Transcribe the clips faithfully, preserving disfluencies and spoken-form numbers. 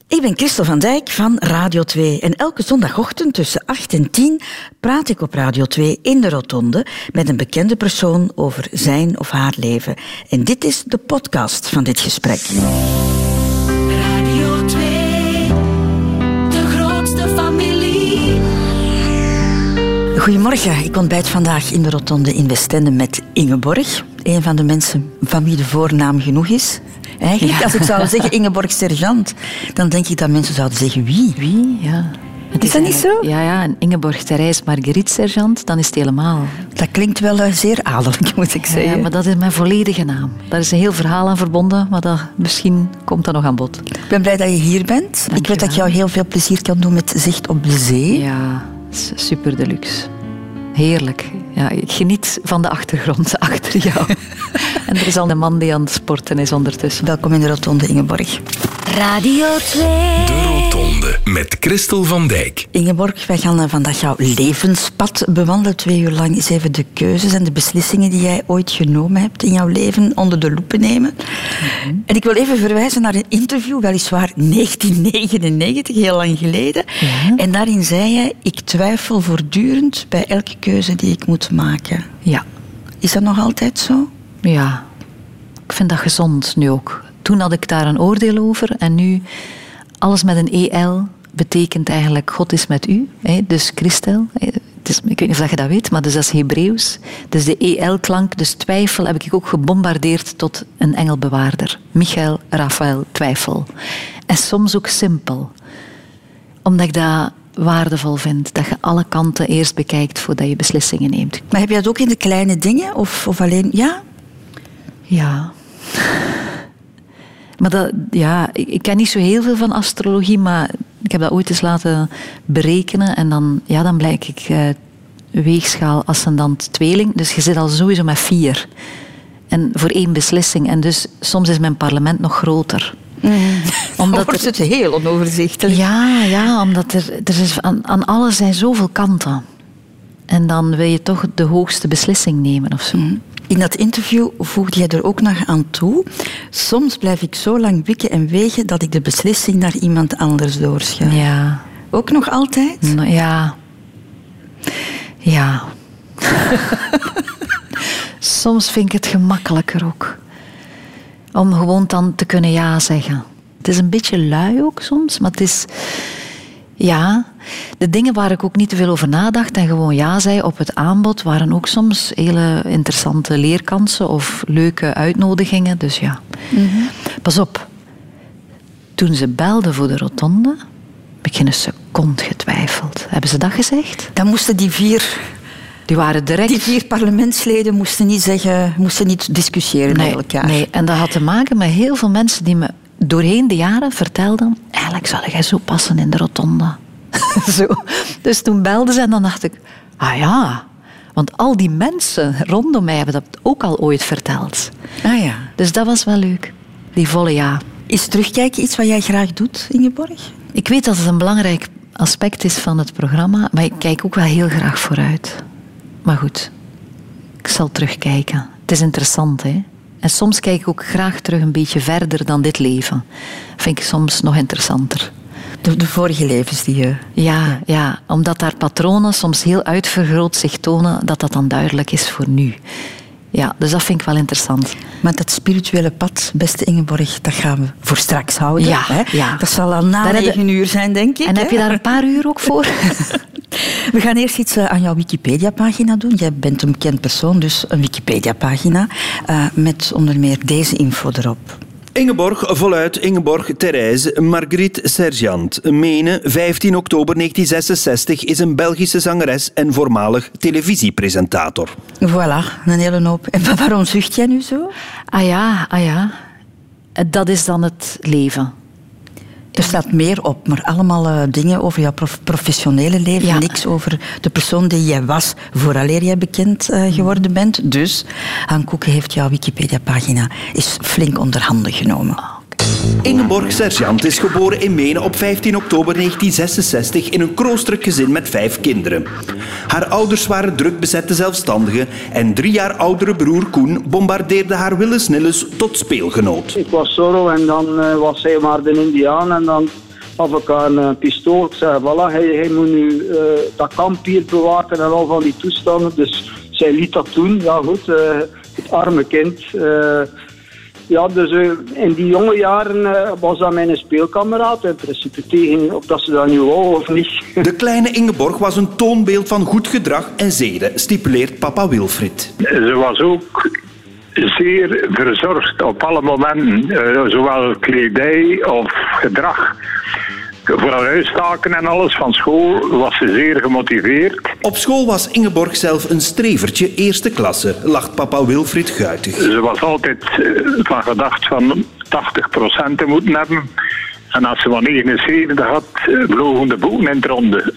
Ik ben Christel van Dijk van Radio twee en elke zondagochtend tussen acht en tien praat ik op Radio twee in de Rotonde met een bekende persoon over zijn of haar leven. En dit is de podcast van dit gesprek. Radio twee, de grootste familie. Goedemorgen, ik ontbijt vandaag in de Rotonde in Westende met Ingeborg. Een van de mensen van wie de voornaam genoeg is. Eigenlijk, ja. Als ik zou zeggen Ingeborg Sergeant, dan denk ik dat mensen zouden zeggen wie. Wie, ja. Het is, is dat niet zo? Ja, ja. En Ingeborg Therese Marguerite Sergeant, dan is het helemaal. Dat klinkt wel uh, zeer adellijk, moet ik zeggen. Ja, maar dat is mijn volledige naam. Daar is een heel verhaal aan verbonden, maar dat, misschien komt dat nog aan bod. Ik ben blij dat je hier bent. Dank ik weet dat ik jou heel veel plezier kan doen met zicht op de zee. Ja, super deluxe. Heerlijk. Ja, ik geniet van de achtergrond achter jou. En er is al een man die aan het sporten is ondertussen. Welkom in de Rotonde, Ingeborg. Radio twee. De Rotonde met Christel van Dijk. Ingeborg, wij gaan vandaag jouw levenspad bewandelen. Twee uur lang eens even de keuzes en de beslissingen die jij ooit genomen hebt in jouw leven onder de loep nemen. Mm-hmm. En ik wil even verwijzen naar een interview, weliswaar negentien negenennegentig, heel lang geleden. Ja. En daarin zei je, ik twijfel voortdurend bij elke keuze die ik moet maken. Ja. Is dat nog altijd zo? Ja. Ik vind dat gezond nu ook. Toen had ik daar een oordeel over en nu alles met een E L betekent eigenlijk God is met u. Hè? Dus Christel, het is, ik weet niet of je dat weet, maar dus dat is Hebreeuws. Dus de E L-klank, dus twijfel, heb ik ook gebombardeerd tot een engelbewaarder. Michael, Raphaël, twijfel. En soms ook simpel. Omdat ik dat waardevol vind, dat je alle kanten eerst bekijkt voordat je beslissingen neemt. Maar heb je dat ook in de kleine dingen of, of alleen... Ja? Ja... Maar dat, ja, ik, ik ken niet zo heel veel van astrologie, maar ik heb dat ooit eens laten berekenen. En dan, ja, dan blijk ik uh, weegschaal ascendant tweeling. Dus je zit al sowieso met vier. En voor één beslissing. En dus soms is mijn parlement nog groter. Mm. Omdat wordt het heel onoverzichtelijk. Ja, ja, omdat er, er is, aan, aan alles zijn zoveel kanten. En dan wil je toch de hoogste beslissing nemen of zo. Mm. In dat interview voegde jij er ook nog aan toe. Soms blijf ik zo lang wikken en wegen dat ik de beslissing naar iemand anders doorschuif. Ja. Ook nog altijd? Nou, ja. Ja. Soms vind ik het gemakkelijker ook. Om gewoon dan te kunnen ja zeggen. Het is een beetje lui ook soms, maar het is... Ja, de dingen waar ik ook niet te veel over nadacht en gewoon ja zei op het aanbod, waren ook soms hele interessante leerkansen of leuke uitnodigingen. Dus ja, mm-hmm. Pas op. Toen ze belden voor de Rotonde, heb ik geen seconde getwijfeld. Hebben ze dat gezegd? Dan moesten die vier... Die waren direct... Die vier parlementsleden moesten niet zeggen, moesten niet discussiëren nee, met elkaar. Nee, en dat had te maken met heel veel mensen die me doorheen de jaren vertelden, eigenlijk zou jij zo passen in de Rotonde. Zo. Dus toen belden ze en dan dacht ik, ah ja, want al die mensen rondom mij hebben dat ook al ooit verteld. Ah ja. Dus dat was wel leuk, die volle ja. Is terugkijken iets wat jij graag doet, Ingeborg? Ik weet dat het een belangrijk aspect is van het programma, maar ik kijk ook wel heel graag vooruit. Maar goed, ik zal terugkijken. Het is interessant, hè? En soms kijk ik ook graag terug een beetje verder dan dit leven. Vind ik soms nog interessanter. De, de vorige levens die je... Ja, ja, omdat daar patronen soms heel uitvergroot zich tonen, dat dat dan duidelijk is voor nu. Ja, dus dat vind ik wel interessant. Maar dat spirituele pad, beste Ingeborg, dat gaan we voor straks houden. Ja, hè? ja. Dat zal al na negen de... uur zijn, denk ik. En hè? heb je daar een paar uur ook voor? We gaan eerst iets aan jouw Wikipedia-pagina doen. Jij bent een bekend persoon, dus een Wikipedia-pagina uh, met onder meer deze info erop. Ingeborg, voluit Ingeborg Therese Marguerite Sergeant. Menen, vijftien oktober negentien zesenzestig, is een Belgische zangeres en voormalig televisiepresentator. Voilà, een hele hoop. En waarom zucht jij nu zo? Ah ja, ah ja. Dat is dan het leven. Er staat meer op, maar allemaal uh, dingen over jouw prof- professionele leven. Ja. Niks over de persoon die jij was vooraleer jij bekend uh, geworden bent. Dus Han Koeken heeft jouw Wikipedia-pagina is flink onder handen genomen. Oh, okay. Ingeborg Sergeant is geboren in Menen op vijftien oktober negentien zesenzestig in een kroosterlijk gezin met vijf kinderen. Haar ouders waren druk bezette zelfstandigen en drie jaar oudere broer Koen bombardeerde haar willens-nillens tot speelgenoot. Ik was Zorro en dan uh, was hij maar de Indiaan en dan gaf elkaar een pistool. Ik zei, voilà, hij, hij moet nu uh, dat kamp hier bewaken en al van die toestanden. Dus zij liet dat doen. Ja goed, uh, het arme kind. Uh, ja, dus uh, in die jonge jaren uh, was dat mijn speelkameraad. In principe tegen of dat ze dat nu wou of niet. De kleine Ingeborg was een toonbeeld van goed gedrag en zeden, stipuleert papa Wilfried. Ze was ook zeer verzorgd op alle momenten, uh, zowel kledij of gedrag. Voor haar uitstaken en alles van school was ze zeer gemotiveerd. Op school was Ingeborg zelf een strevertje eerste klasse, lacht papa Wilfried guitig. Ze was altijd uh, van gedacht van tachtig procent te moeten hebben. En als ze van negenenzeventig had, vlogen de boeken in het ronde.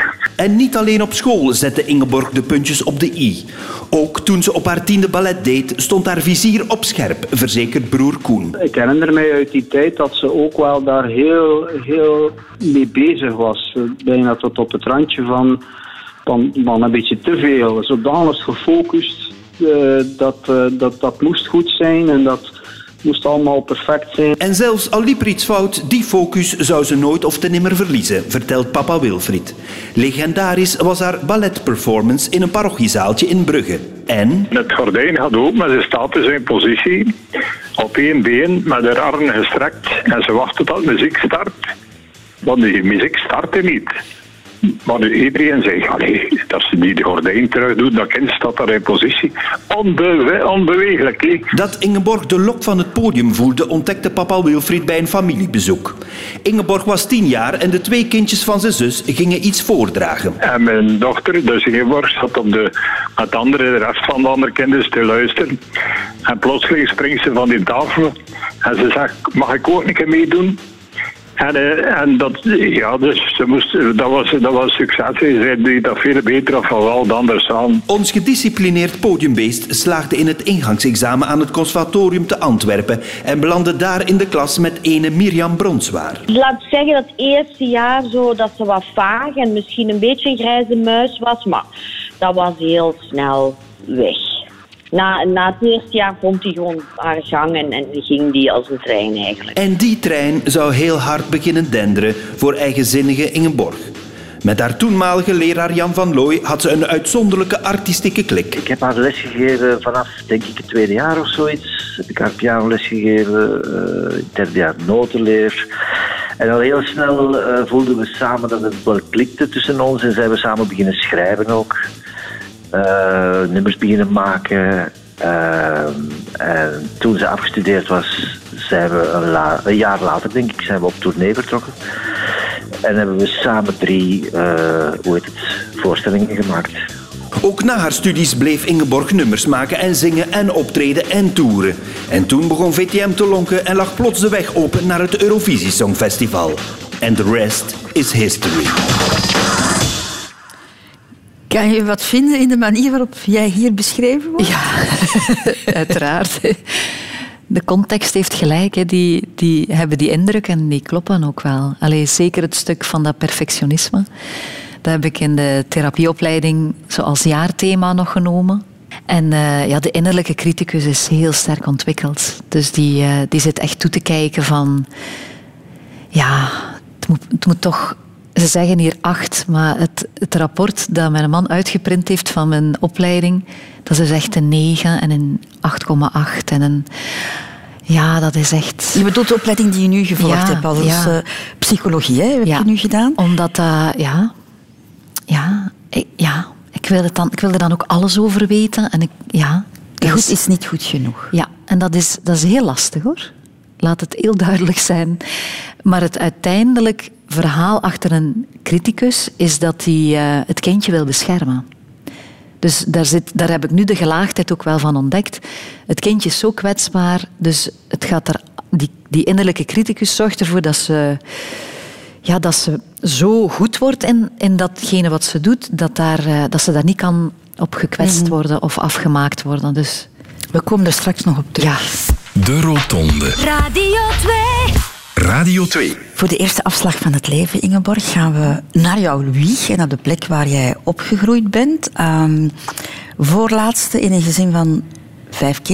En niet alleen op school zette Ingeborg de puntjes op de i. Ook toen ze op haar tiende ballet deed, stond haar vizier op scherp, verzekert broer Koen. Ik herinner mij uit die tijd dat ze ook wel daar heel, heel mee bezig was. Bijna tot op het randje van, van, van een beetje te veel. Zodanig gefocust uh, dat, uh, dat dat moest goed zijn en dat moest allemaal perfect zijn. En zelfs al liep er iets fout, die focus zou ze nooit of te nimmer verliezen, vertelt papa Wilfried. Legendarisch was haar balletperformance in een parochiezaaltje in Brugge. En het gordijn gaat open, maar ze staat in zijn positie op één been met haar armen gestrekt en ze wachtte tot de muziek start. Want de muziek startte niet. Maar iedereen zei, allee, dat ze die de gordijn terug doet, dat kind staat daar in positie. Onbewe- onbewegelijk. He. Dat Ingeborg de lok van het podium voelde, ontdekte papa Wilfried bij een familiebezoek. Ingeborg was tien jaar en de twee kindjes van zijn zus gingen iets voordragen. En mijn dochter, dus Ingeborg, zat op de, met andere, de rest van de andere kinderen te luisteren. En plotseling springt ze van die tafel en ze zegt, mag ik ook een keer meedoen? En, uh, en dat, ja, dus ze moest, dat, was, dat was succes. Ze deed dat veel beter of wel dan anders aan. Ons gedisciplineerd podiumbeest slaagde in het ingangsexamen aan het conservatorium te Antwerpen en belandde daar in de klas met ene Mirjam Bronswaar. Laat ik zeggen dat het eerste jaar zo dat ze wat vaag en misschien een beetje een grijze muis was, maar dat was heel snel weg. Na, na het eerste jaar vond hij gewoon haar gang en, en ging die als een trein eigenlijk. En die trein zou heel hard beginnen denderen voor eigenzinnige Ingeborg. Met haar toenmalige leraar Jan van Looy had ze een uitzonderlijke artistieke klik. Ik heb haar lesgegeven vanaf, denk ik, het tweede jaar of zoiets. Heb ik haar pianoles gegeven, uh, het derde jaar notenleer. En al heel snel uh, voelden we samen dat het wel klikte tussen ons en zijn we samen beginnen schrijven ook. Uh, nummers beginnen maken. Uh, en toen ze afgestudeerd was, zijn we een, la- een jaar later, denk ik, zijn we op tournee vertrokken. En hebben we samen drie uh, hoe heet het, voorstellingen gemaakt. Ook na haar studies bleef Ingeborg nummers maken en zingen en optreden en toeren. En toen begon V T M te lonken en lag plots de weg open naar het Eurovisie Songfestival. And the rest is history. Kan je wat vinden in de manier waarop jij hier beschreven wordt? Ja, uiteraard. De context heeft gelijk. Hè. Die, die hebben die indruk en die kloppen ook wel. Allee, zeker het stuk van dat perfectionisme. Dat heb ik in de therapieopleiding zoals jaarthema nog genomen. En uh, ja, de innerlijke criticus is heel sterk ontwikkeld. Dus die, uh, die zit echt toe te kijken van... Ja, het moet, het moet toch... Ze zeggen hier acht, maar het, het rapport dat mijn man uitgeprint heeft van mijn opleiding, dat is echt een negen en een acht komma acht. En een... Ja, dat is echt... Je bedoelt de opleiding die je nu gevolgd ja, hebt, als ja. uh, psychologie, hè? Heb ja, je nu gedaan? Omdat dat... Uh, ja, ja, ik, ja ik, wilde dan, ik wilde dan ook alles over weten. En ik, ja, Goed is, is niet goed genoeg. Ja, en dat is, dat is heel lastig, hoor. Laat het heel duidelijk zijn. Maar het uiteindelijk verhaal achter een criticus is dat hij uh, het kindje wil beschermen. Dus daar, zit, daar heb ik nu de gelaagdheid ook wel van ontdekt. Het kindje is zo kwetsbaar, dus het gaat er, die, die innerlijke criticus zorgt ervoor dat ze, ja, dat ze zo goed wordt in, in datgene wat ze doet, dat, daar, uh, dat ze daar niet kan op gekwetst worden of afgemaakt worden. Dus... We komen er straks nog op terug. Ja. De Rotonde. Radio twee. Radio twee. Voor de eerste afslag van het leven, Ingeborg, gaan we naar jouw wieg en naar de plek waar jij opgegroeid bent. Um, voorlaatste in een gezin van vijf kinderen.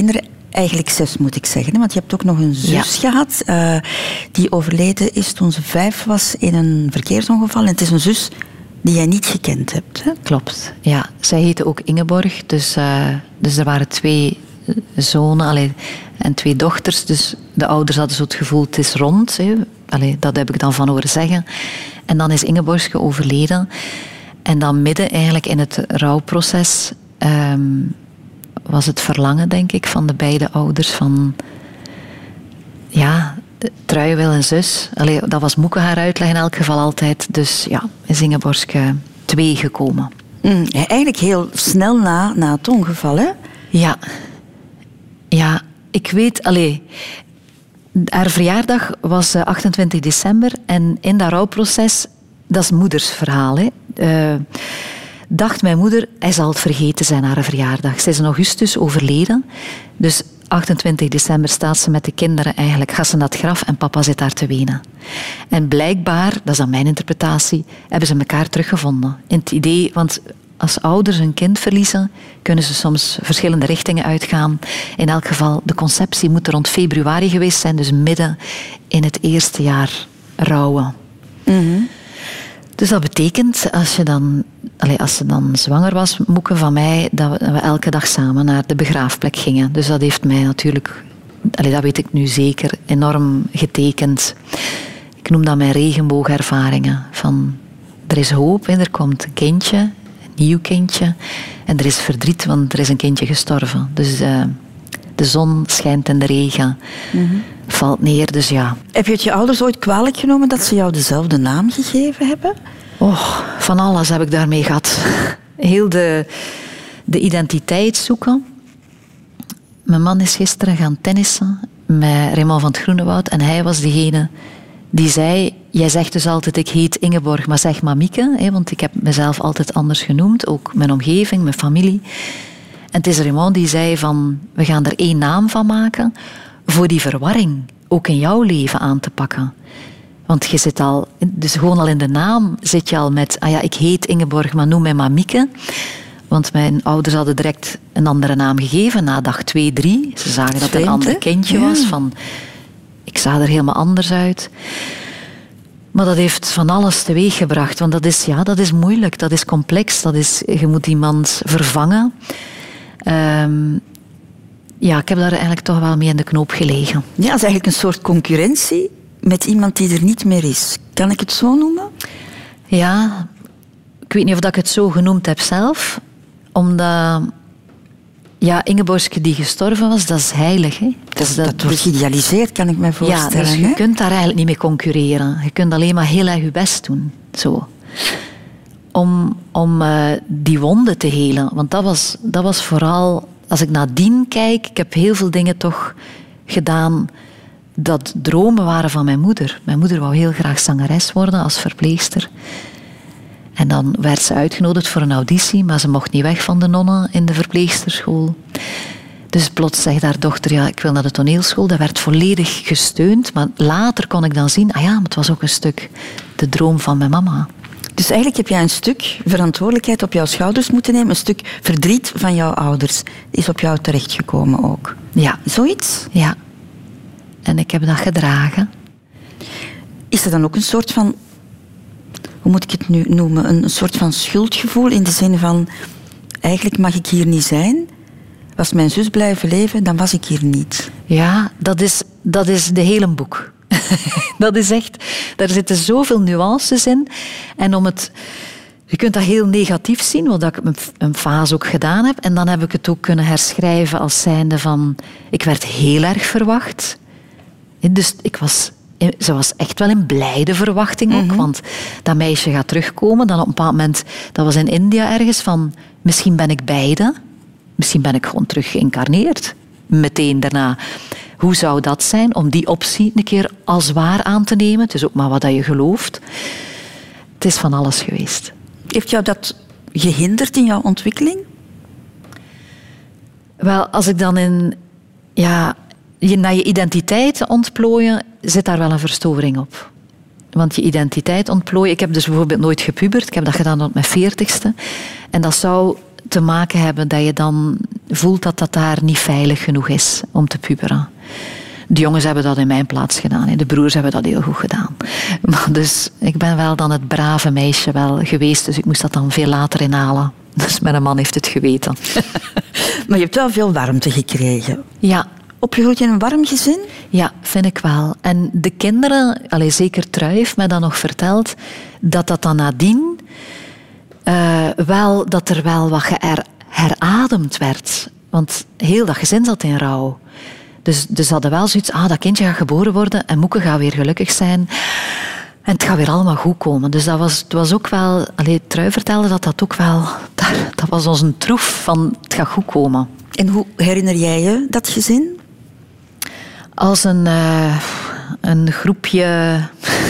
Eigenlijk zes, moet ik zeggen. Hè? Want je hebt ook nog een zus ja. gehad. Uh, die overleden is toen ze vijf was in een verkeersongeval. En het is een zus die jij niet gekend hebt. Hè? Klopt, ja. Zij heette ook Ingeborg. Dus, uh, dus er waren twee zonen allee, en twee dochters. Dus de ouders hadden zo het gevoel, het is rond. Hè. Allee, dat heb ik dan van horen zeggen. En dan is Ingeborg overleden. En dan midden eigenlijk in het rouwproces... Um, was het verlangen, denk ik, van de beide ouders van... Ja, Trui wil een zus. Allee, dat was Moeke haar uitleg in elk geval altijd. Dus ja, is Ingeborg twee gekomen. Mm, eigenlijk heel snel na, na het ongeval, hè? Ja. Ja, ik weet... Allee, haar verjaardag was achtentwintig december. En in dat rouwproces... Dat is moeders verhaal, hè. Uh, dacht mijn moeder, hij zal het vergeten zijn, haar verjaardag. Ze is in augustus overleden. Dus achtentwintig december staat ze met de kinderen eigenlijk, gaat ze naar het graf en papa zit daar te wenen. En blijkbaar, dat is dan mijn interpretatie, hebben ze elkaar teruggevonden. In het idee, want als ouders een kind verliezen, kunnen ze soms verschillende richtingen uitgaan. In elk geval, de conceptie moet er rond februari geweest zijn, dus midden in het eerste jaar rouwen. Mm-hmm. Dus dat betekent, als, je dan, allez, als ze dan zwanger was, Moeke van mij, dat we, dat we elke dag samen naar de begraafplek gingen. Dus dat heeft mij natuurlijk, allez, dat weet ik nu zeker, enorm getekend. Ik noem dat mijn regenboogervaringen. Van, er is hoop en er komt een kindje, een nieuw kindje. En er is verdriet, want er is een kindje gestorven. Dus uh, de zon schijnt in de regen. Mm-hmm. Valt neer, dus ja. Heb je het je ouders ooit kwalijk genomen dat ze jou dezelfde naam gegeven hebben? Oh, van alles heb ik daarmee gehad. Heel de, de identiteit zoeken. Mijn man is gisteren gaan tennissen met Raymond van het Groenewoud en hij was degene die zei, jij zegt dus altijd ik heet Ingeborg, maar zeg maar Mieke, hè, want ik heb mezelf altijd anders genoemd, ook mijn omgeving, mijn familie. En het is Raymond die zei van, we gaan er één naam van maken voor die verwarring ook in jouw leven aan te pakken. Want je zit al, dus gewoon al in de naam zit je al met, ah ja, ik heet Ingeborg, maar noem mij maar Mieke. Want mijn ouders hadden direct een andere naam gegeven na dag twee, drie. Ze zagen dat het een ander kindje was. Van, ik zag er helemaal anders uit. Maar dat heeft van alles teweeggebracht. Want dat is, ja, dat is moeilijk, dat is complex. Dat is, je moet iemand vervangen. Um, Ja, ik heb daar eigenlijk toch wel mee in de knoop gelegen. Ja, dat is eigenlijk een soort concurrentie met iemand die er niet meer is. Kan ik het zo noemen? Ja, ik weet niet of ik het zo genoemd heb zelf. Omdat... Ja, Ingeborg die gestorven was, dat is heilig. Hè? Dat, dat, dat wordt geïdealiseerd, kan ik me voorstellen. Ja, dus je hè? kunt daar eigenlijk niet mee concurreren. Je kunt alleen maar heel erg je best doen. Zo. Om, om uh, die wonden te helen. Want dat was, dat was vooral... Als ik nadien kijk, ik heb heel veel dingen toch gedaan dat dromen waren van mijn moeder. Mijn moeder wou heel graag zangeres worden als verpleegster. En dan werd ze uitgenodigd voor een auditie, maar ze mocht niet weg van de nonnen in de verpleegsterschool. Dus plots zegt haar dochter, ja, ik wil naar de toneelschool. Dat werd volledig gesteund, maar later kon ik dan zien, ah ja, maar het was ook een stuk de droom van mijn mama. Dus eigenlijk heb jij een stuk verantwoordelijkheid op jouw schouders moeten nemen. Een stuk verdriet van jouw ouders is op jou terechtgekomen ook. Ja. Zoiets? Ja. En ik heb dat gedragen. Is er dan ook een soort van... Hoe moet ik het nu noemen? Een soort van schuldgevoel in de zin van... Eigenlijk mag ik hier niet zijn. Was mijn zus blijven leven, dan was ik hier niet. Ja, dat is, dat is de hele boek. Dat is echt... Daar zitten zoveel nuances in. En om het... Je kunt dat heel negatief zien, wat ik een fase ook gedaan heb. En dan heb ik het ook kunnen herschrijven als zijnde van... Ik werd heel erg verwacht. Dus ik was... Ze was echt wel in blijde verwachting ook. Mm-hmm. Want dat meisje gaat terugkomen. Dan op een bepaald moment... Dat was in India ergens van... Misschien ben ik beide. Misschien ben ik gewoon terug geïncarneerd. Meteen daarna... Hoe zou dat zijn om die optie een keer als waar aan te nemen? Het is ook maar wat je gelooft. Het is van alles geweest. Heeft jou dat gehinderd in jouw ontwikkeling? Wel, als ik dan in... Ja, je, naar je identiteit ontplooien, zit daar wel een verstoring op. Want je identiteit ontplooien... Ik heb dus bijvoorbeeld nooit gepubert. Ik heb dat gedaan tot mijn veertigste. En dat zou te maken hebben dat je dan voelt dat dat daar niet veilig genoeg is om te puberen. De jongens hebben dat in mijn plaats gedaan. De broers hebben dat heel goed gedaan. Maar dus ik ben wel dan het brave meisje wel geweest. Dus ik moest dat dan veel later inhalen. Dus mijn man heeft het geweten. Maar je hebt wel veel warmte gekregen. Ja. Opgegroeid in een warm gezin? Ja, vind ik wel. En de kinderen, allez, zeker Trui heeft mij dan nog verteld, dat dat dan nadien uh, wel, dat er wel wat her, herademd werd. Want heel dat gezin zat in rouw. Dus, dus ze hadden wel zoiets, ah, dat kindje gaat geboren worden en Moeke gaat weer gelukkig zijn. En het gaat weer allemaal goed komen. Dus dat was, het was ook wel... Allee, Trui vertelde dat dat ook wel... Dat, dat was ons een troef van, het gaat goed komen. En hoe herinner jij je dat gezin? Als een, uh, een groepje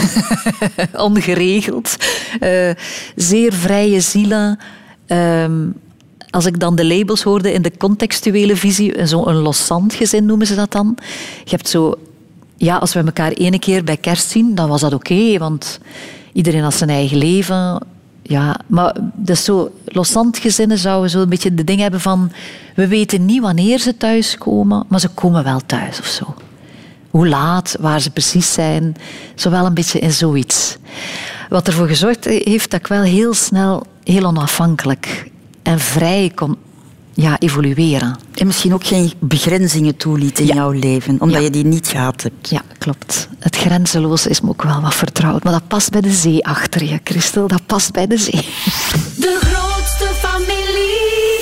ongeregeld. Uh, zeer vrije zielen. Uh, Als ik dan de labels hoorde in de contextuele visie, zo'n loszand gezin noemen ze dat dan. Je hebt zo... Ja, als we elkaar ene keer bij kerst zien, dan was dat oké, okay, want iedereen had zijn eigen leven. Ja, maar dus zo, loszandgezinnen zouden zo een beetje de ding hebben van... We weten niet wanneer ze thuiskomen, maar ze komen wel thuis of zo. Hoe laat, waar ze precies zijn, zo wel een beetje in zoiets. Wat ervoor gezorgd heeft dat ik wel heel snel, heel onafhankelijk en vrij kon ja, evolueren. En misschien ook geen begrenzingen toeliet in ja. jouw leven, omdat ja. je die niet gehad hebt. Ja, klopt. Het grenzeloze is me ook wel wat vertrouwd. Maar dat past bij de zee achter je, Christel. Dat past bij de zee. De grootste familie.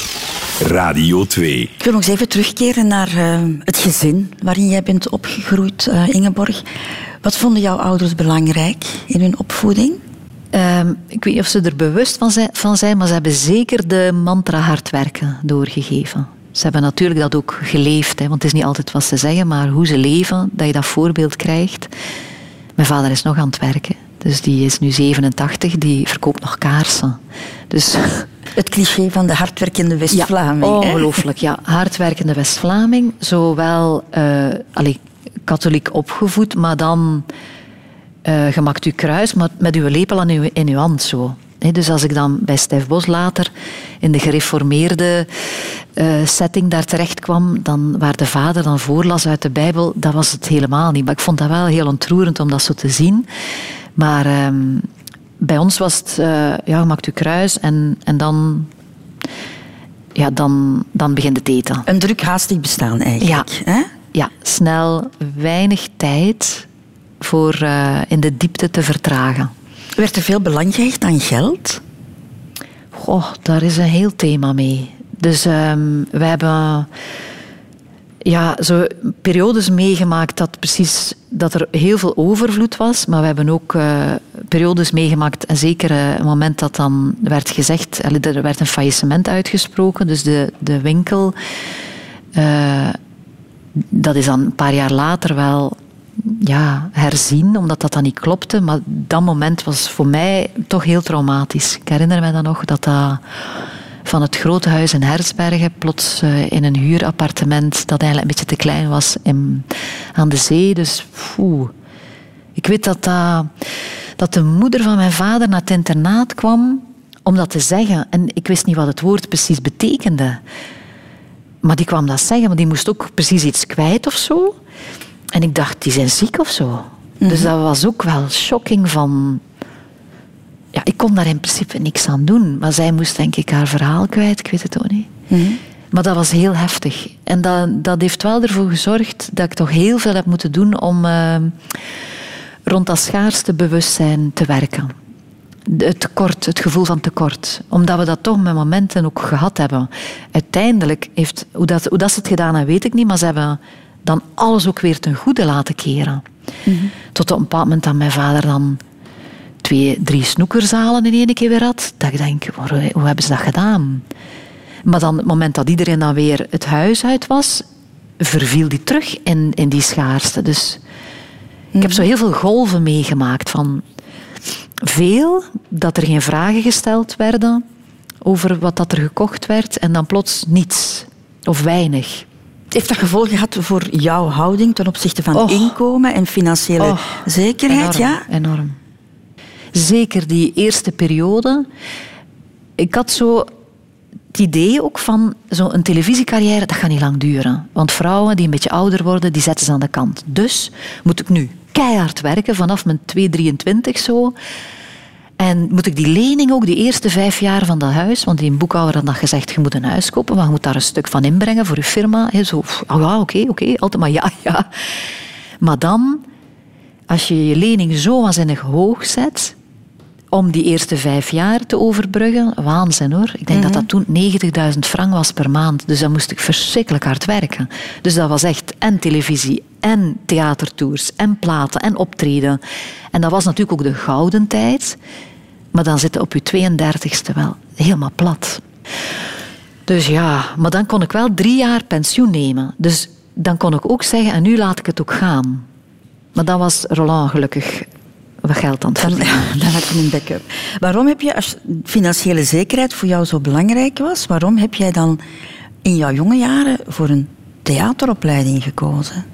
Radio twee. Ik wil nog eens even terugkeren naar uh, het gezin waarin jij bent opgegroeid, uh, Ingeborg. Wat vonden jouw ouders belangrijk in hun opvoeding? Um, ik weet niet of ze er bewust van zijn, van zijn, maar ze hebben zeker de mantra hard werken doorgegeven. Ze hebben natuurlijk dat ook geleefd, hè, want het is niet altijd wat ze zeggen, maar hoe ze leven, dat je dat voorbeeld krijgt. Mijn vader is nog aan het werken, dus die is nu zevenentachtig, die verkoopt nog kaarsen. Dus... Het cliché van de hardwerkende West-Vlaming. Ja, ongelooflijk, ja. Hardwerkende West-Vlaming, zowel uh, allee, katholiek opgevoed, maar dan... Uh, je maakt je kruis, maar met uw lepel aan uw, in uw hand zo. He, dus als ik dan bij Stef Bos later in de gereformeerde uh, setting daar terecht kwam, dan, waar de vader dan voorlas uit de Bijbel, dat was het helemaal niet. Maar ik vond dat wel heel ontroerend om dat zo te zien. Maar um, bij ons was het, uh, ja, je maakt je kruis en, en dan... Ja, dan, dan begint het eten. Een druk haastig bestaan eigenlijk. Ja, hè? Ja, snel, weinig tijd... voor uh, in de diepte te vertragen. Werd er veel belang gehecht aan geld? Goh, daar is een heel thema mee. Dus um, we hebben ja, zo periodes meegemaakt dat, precies, dat er heel veel overvloed was, maar we hebben ook uh, periodes meegemaakt, en zeker uh, een moment dat dan werd gezegd, er werd een faillissement uitgesproken, dus de, de winkel, uh, dat is dan een paar jaar later wel... Ja, herzien, omdat dat dan niet klopte. Maar dat moment was voor mij toch heel traumatisch. Ik herinner me dan nog dat dat van het grote huis in Hersbergen plots uh, in een huurappartement dat eigenlijk een beetje te klein was in, aan de zee. Dus poeh. Ik weet dat, dat, dat de moeder van mijn vader naar het internaat kwam om dat te zeggen. En ik wist niet wat het woord precies betekende. Maar die kwam dat zeggen, maar die moest ook precies iets kwijt of zo. En ik dacht, die zijn ziek of zo. Mm-hmm. Dus dat was ook wel shocking van... Ja, ik kon daar in principe niks aan doen. Maar zij moest denk ik haar verhaal kwijt, ik weet het ook niet. Mm-hmm. Maar dat was heel heftig. En dat, dat heeft wel ervoor gezorgd dat ik toch heel veel heb moeten doen om uh, rond dat schaarste bewustzijn te werken. Het tekort, het gevoel van tekort. Omdat we dat toch met momenten ook gehad hebben. Uiteindelijk heeft... Hoe, dat, hoe dat ze het gedaan hebben, weet ik niet, maar ze hebben... dan alles ook weer ten goede laten keren. Mm-hmm. Tot op een bepaald moment dat mijn vader dan twee, drie snoekerzalen in één keer weer had. Dat ik denk, hoe, hoe hebben ze dat gedaan? Maar dan, het moment dat iedereen dan weer het huis uit was, verviel die terug in, in die schaarste. Dus mm-hmm. ik heb zo heel veel golven meegemaakt van veel, dat er geen vragen gesteld werden over wat dat er gekocht werd en dan plots niets of weinig. Heeft dat gevolgen gehad voor jouw houding ten opzichte van oh. inkomen en financiële oh. zekerheid? Enorm, ja? enorm. Zeker die eerste periode. Ik had zo... het idee ook van zo'n televisiecarrière, dat gaat niet lang duren. Want vrouwen die een beetje ouder worden, die zetten ze aan de kant. Dus moet ik nu keihard werken, vanaf mijn twee drieëntwintig zo. En moet ik die lening ook, die eerste vijf jaar van dat huis, want die boekhouder had dan gezegd, je moet een huis kopen, maar je moet daar een stuk van inbrengen voor je firma. He, zo, oh ja, oké, okay, oké, okay, altijd maar ja, ja. Maar dan, als je je lening zo waanzinnig hoog zet, om die eerste vijf jaar te overbruggen, waanzin hoor. Ik denk mm-hmm. dat dat toen negentigduizend frank was per maand. Dus dan moest ik verschrikkelijk hard werken. Dus dat was echt en televisie, en theatertours, en platen, en optreden. En dat was natuurlijk ook de gouden tijd. Maar dan zit je op je tweeëndertigste wel helemaal plat. Dus ja, maar dan kon ik wel drie jaar pensioen nemen. Dus dan kon ik ook zeggen, en nu laat ik het ook gaan. Maar dan was Roland gelukkig wat geld aan het verdienen. Dan, dan had je een backup. Waarom heb je, als financiële zekerheid voor jou zo belangrijk was, waarom heb jij dan in jouw jonge jaren voor een theateropleiding gekozen?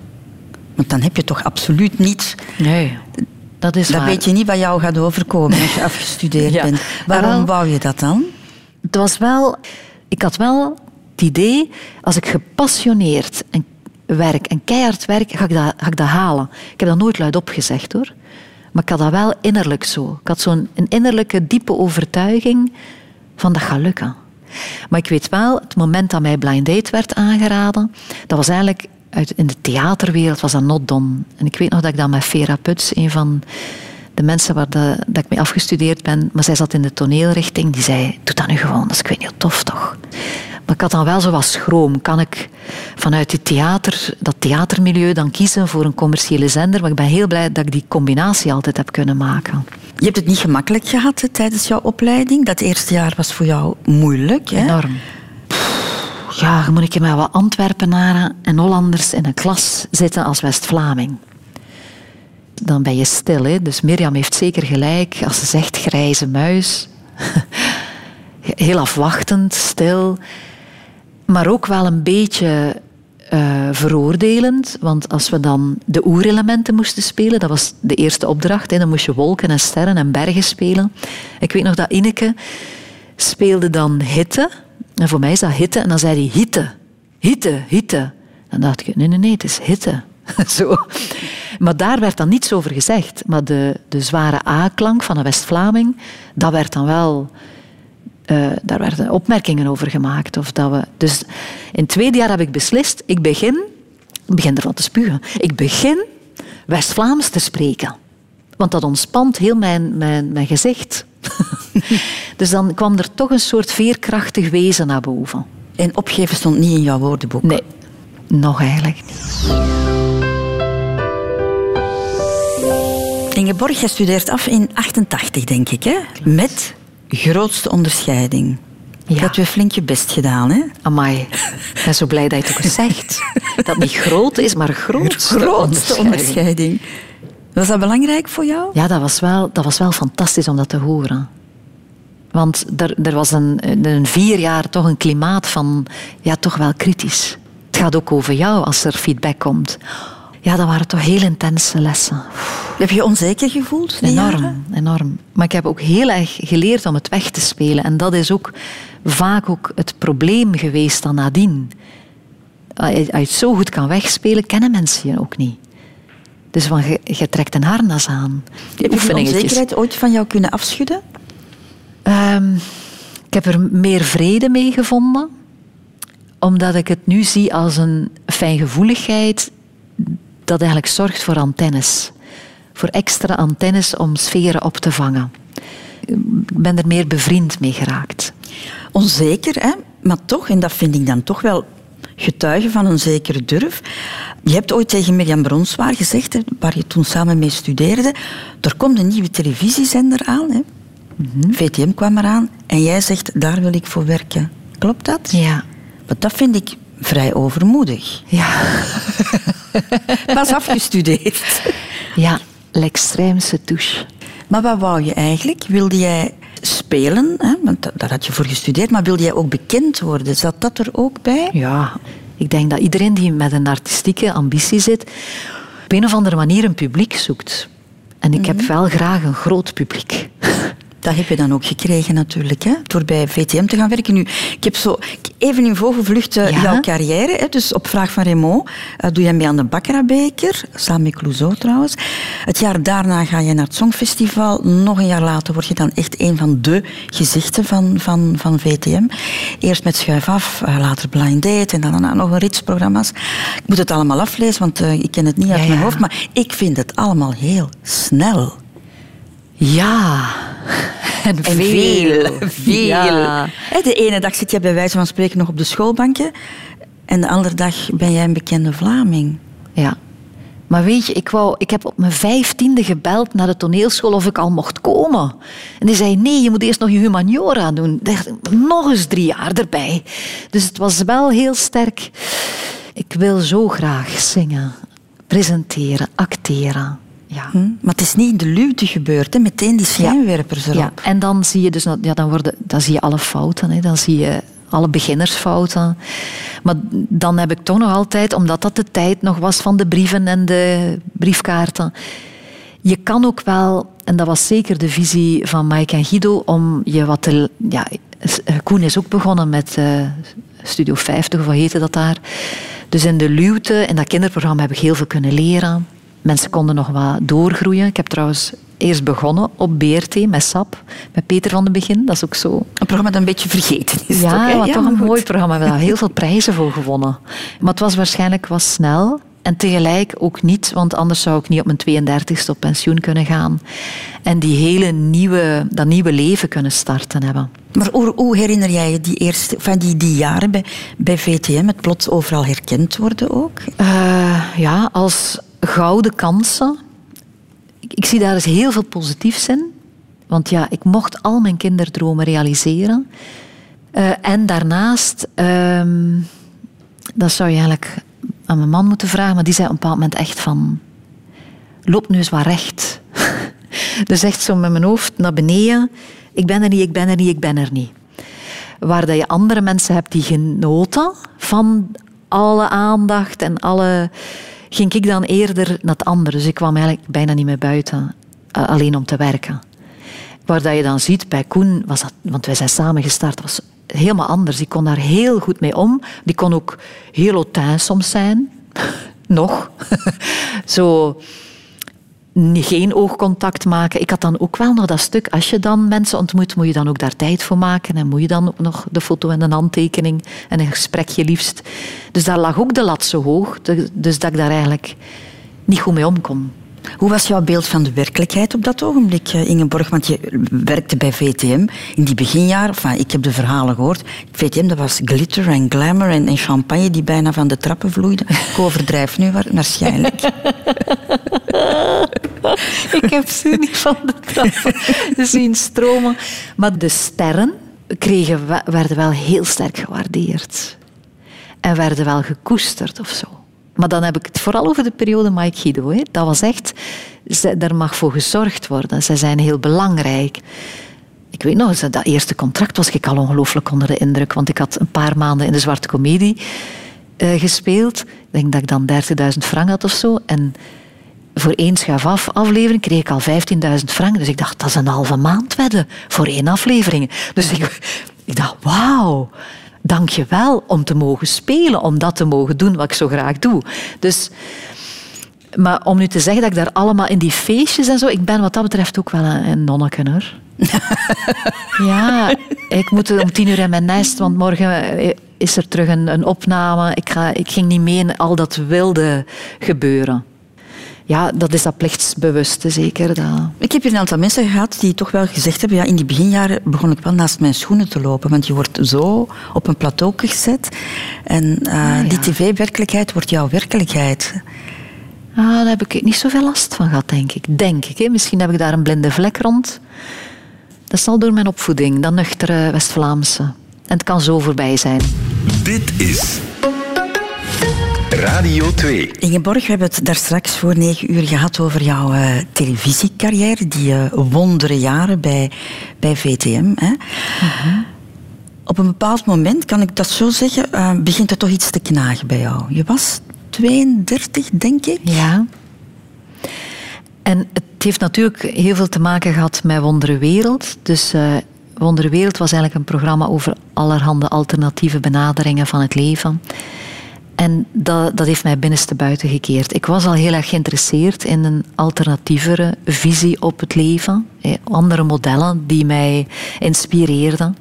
Want dan heb je toch absoluut niet... Nee, dat is Dan waar. weet je niet wat jou gaat overkomen als je afgestudeerd ja. bent. Waarom wel, wou je dat dan? Het was wel... Ik had wel het idee, als ik gepassioneerd en werk en keihard werk, ga ik, dat, ga ik dat halen. Ik heb dat nooit luidop gezegd, hoor. Maar ik had dat wel innerlijk zo. Ik had zo'n een innerlijke, diepe overtuiging van dat gaat lukken. Maar ik weet wel, het moment dat mij Blind Date werd aangeraden, dat was eigenlijk uit, in de theaterwereld was dat not done. En ik weet nog dat ik dan met Vera Puts, een van de mensen waar de, dat ik mee afgestudeerd ben, maar zij zat in de toneelrichting, die zei, doe dat nu gewoon, dat is ik weet niet tof toch. Maar ik had dan wel zo wat schroom. Kan ik vanuit die theater, dat theatermilieu dan kiezen voor een commerciële zender? Maar ik ben heel blij dat ik die combinatie altijd heb kunnen maken. Je hebt het niet gemakkelijk gehad hè, tijdens jouw opleiding. Dat eerste jaar was voor jou moeilijk. Hè? Enorm. Pff, ja, dan moet ik met wat Antwerpenaren en Hollanders in een klas zitten als West-Vlaming. Dan ben je stil. Hè? Dus Mirjam heeft zeker gelijk als ze zegt grijze muis. Heel afwachtend, stil. Maar ook wel een beetje uh, veroordelend. Want als we dan de oerelementen moesten spelen, dat was de eerste opdracht. Hè, dan moest je wolken en sterren en bergen spelen. Ik weet nog dat Ineke speelde dan hitte. En voor mij is dat hitte. En dan zei hij hitte, hitte, hitte. Dan dacht ik, nee, nee, nee, het is hitte. Zo. Maar daar werd dan niets over gezegd. Maar de, de zware A-klank van een West-Vlaming, dat werd dan wel... Uh, daar werden opmerkingen over gemaakt. Of dat we... Dus in het tweede jaar heb ik beslist, ik begin, ik begin ervan te spugen, ik begin West-Vlaams te spreken. Want dat ontspant heel mijn, mijn, mijn gezicht. Dus dan kwam er toch een soort veerkrachtig wezen naar boven. En opgeven stond niet in jouw woordenboek? Nee, nog eigenlijk niet. Ingeborg, jij studeert af in achtentachtig, denk ik, hè? Met... grootste onderscheiding. Ja. Je hebt weer flink je best gedaan, hè? Amai, ik ben zo blij dat je het ook zegt. Dat het niet groot is, maar grootste, grootste onderscheiding. onderscheiding. Was dat belangrijk voor jou? Ja, dat was wel, dat was wel fantastisch om dat te horen. Want er, er was een, een vier jaar toch een klimaat van... Ja, toch wel kritisch. Het gaat ook over jou als er feedback komt. Ja, dat waren toch heel intense lessen. Heb je je onzeker gevoeld? Enorm, jaren? enorm. Maar ik heb ook heel erg geleerd om het weg te spelen. En dat is ook vaak ook het probleem geweest dan nadien. Als je het zo goed kan wegspelen, kennen mensen je ook niet. Dus van, je, je trekt een harnas aan. Heb je de onzekerheid ooit van jou kunnen afschudden? Um, ik heb er meer vrede mee gevonden. Omdat ik het nu zie als een fijngevoeligheid dat eigenlijk zorgt voor antennes. Voor extra antennes om sferen op te vangen. Ik ben er meer bevriend mee geraakt. Onzeker, hè? Maar toch, en dat vind ik dan toch wel getuige van een zekere durf. Je hebt ooit tegen Mirjam Bronswaar gezegd, hè, waar je toen samen mee studeerde, er komt een nieuwe televisiezender aan. Hè? Mm-hmm. V T M kwam eraan en jij zegt, daar wil ik voor werken. Klopt dat? Ja. Maar dat vind ik vrij overmoedig. Ja. Was afgestudeerd. Ja, l'extreemste touche. Maar wat wou je eigenlijk? Wilde jij spelen? Hè? Want daar had je voor gestudeerd. Maar wilde jij ook bekend worden? Zat dat er ook bij? Ja, ik denk dat iedereen die met een artistieke ambitie zit, op een of andere manier een publiek zoekt. En ik mm-hmm. heb wel graag een groot publiek. Dat heb je dan ook gekregen natuurlijk, hè? Door bij V T M te gaan werken. Nu, ik heb zo even in vogelvlucht uh, Ja. jouw carrière. Hè? Dus op vraag van Raymond uh, doe je mee aan de Bakkerabeker, samen met Clouseau trouwens. Het jaar daarna ga je naar het Songfestival. Nog een jaar later word je dan echt een van de gezichten van, van, van V T M. Eerst met Schuif Af, uh, later Blind Date en dan daarna nog een rits programma's. Ik moet het allemaal aflezen, want uh, ik ken het niet uit Ja, mijn ja. hoofd. Maar ik vind het allemaal heel snel. Ja. En, En veel, veel. Ja. Hè, de ene dag zit je bij wijze van spreken nog op de schoolbankje en de andere dag ben jij een bekende Vlaming. Ja. Maar weet je, ik, wou, ik heb op mijn vijftiende gebeld naar de toneelschool of ik al mocht komen. En die zei, nee, je moet eerst nog je humaniora doen. Ik dacht, nog eens drie jaar erbij. Dus het was wel heel sterk. Ik wil zo graag zingen, presenteren, acteren. Ja. Hm? Maar het is niet in de luwte gebeurd, hè? Meteen die schijnwerpers erop. Ja, en dan zie je dus, ja, dan worden, dan zie je alle fouten. Hè. Dan zie je alle beginnersfouten. Maar dan heb ik toch nog altijd, omdat dat de tijd nog was van de brieven en de briefkaarten. Je kan ook wel, en dat was zeker de visie van Mike en Guido, om je wat te... Ja, Koen is ook begonnen met uh, Studio vijftig, of wat heette dat daar. Dus in de luwte, in dat kinderprogramma, heb ik heel veel kunnen leren. Mensen konden nog wat doorgroeien. Ik heb trouwens eerst begonnen op B R T met S A P, met Peter van den Begin. Dat is ook zo. Een programma dat een beetje vergeten is. Ja, toch, hè? wat Ja, toch maar een goed. mooi programma. We hebben daar heel veel prijzen voor gewonnen. Maar het was waarschijnlijk wat snel. En tegelijk ook niet, want anders zou ik niet op mijn tweeëndertigste op pensioen kunnen gaan. En die hele nieuwe, dat nieuwe leven kunnen starten hebben. Maar hoe, hoe herinner jij je die, eerste, van die, die jaren bij, bij V T M? Het plots overal herkend worden ook? Uh, ja, als gouden kansen. Ik, ik zie daar dus heel veel positiefs in. Want ja, ik mocht al mijn kinderdromen realiseren. Uh, en daarnaast, uh, dat zou je eigenlijk aan mijn man moeten vragen, maar die zei op een bepaald moment echt van, loop nu eens wat recht. Dus echt zo met mijn hoofd naar beneden. Ik ben er niet, ik ben er niet, ik ben er niet. Waar dat je andere mensen hebt die genoten van alle aandacht en alle... ging ik dan eerder naar het andere. Dus ik kwam eigenlijk bijna niet meer buiten, alleen om te werken. Waar dat je dan ziet, bij Koen was dat... Want wij zijn samen gestart, was helemaal anders. Die kon daar heel goed mee om. Die kon ook heel hautain soms zijn. Nog. Zo... geen oogcontact maken. Ik had dan ook wel nog dat stuk. Als je dan mensen ontmoet, moet je dan ook daar tijd voor maken. En moet je dan ook nog de foto en een handtekening en een gesprekje liefst. Dus daar lag ook de lat zo hoog. Dus dat ik daar eigenlijk niet goed mee om kon. Hoe was jouw beeld van de werkelijkheid op dat ogenblik, Ingeborg? Want je werkte bij V T M in die beginjaren. Enfin, ik heb de verhalen gehoord. V T M, dat was glitter en glamour en, en champagne die bijna van de trappen vloeide. Ik overdrijf nu waarschijnlijk. Ik heb ze niet van de trappen zien stromen. Maar de sterren kregen, werden wel heel sterk gewaardeerd. En werden wel gekoesterd of zo. Maar dan heb ik het vooral over de periode Mike Guido. Hè. Dat was echt... Daar mag voor gezorgd worden. Zij zijn heel belangrijk. Ik weet nog, dat eerste contract was ik al ongelooflijk onder de indruk. Want ik had een paar maanden in de Zwarte Comedie uh, gespeeld. Ik denk dat ik dan dertigduizend frank had of zo. En voor één Schuif Af aflevering kreeg ik al vijftienduizend frank. Dus ik dacht, dat is een halve maand wedden voor één aflevering. Dus ik, ik dacht, wauw... Dank je wel om te mogen spelen, om dat te mogen doen wat ik zo graag doe. Dus, maar om nu te zeggen dat ik daar allemaal in die feestjes en zo... Ik ben wat dat betreft ook wel een, een nonneken, hoor. Ja, ik moet om tien uur in mijn nest, want morgen is er terug een, een opname. Ik, ga, ik ging niet mee in al dat wilde gebeuren. Ja, dat is dat plichtsbewuste, zeker. Dat... Ik heb hier een aantal mensen gehad die toch wel gezegd hebben... Ja, in die beginjaren begon ik wel naast mijn schoenen te lopen. Want je wordt zo op een plateau gezet. En uh, ah, ja. die tv-werkelijkheid wordt jouw werkelijkheid. Ah, daar heb ik niet zoveel last van gehad, denk ik. Denk ik. Hè. Misschien heb ik daar een blinde vlek rond. Dat zal door mijn opvoeding, dat nuchtere West-Vlaamse. En het kan zo voorbij zijn. Dit is... Radio twee. Ingeborg, we hebben het daar straks voor negen uur gehad over jouw uh, televisiecarrière. Die uh, wondere jaren bij, bij V T M. Hè. Uh-huh. Op een bepaald moment, kan ik dat zo zeggen, uh, begint er toch iets te knagen bij jou. Je was tweeëndertig, denk ik? Ja. En het heeft natuurlijk heel veel te maken gehad met Wondere Wereld. Dus uh, Wondere Wereld was eigenlijk een programma over allerhande alternatieve benaderingen van het leven. En dat, dat heeft mij binnenste buiten gekeerd. Ik was al heel erg geïnteresseerd in een alternatievere visie op het leven. Andere modellen die mij inspireerden.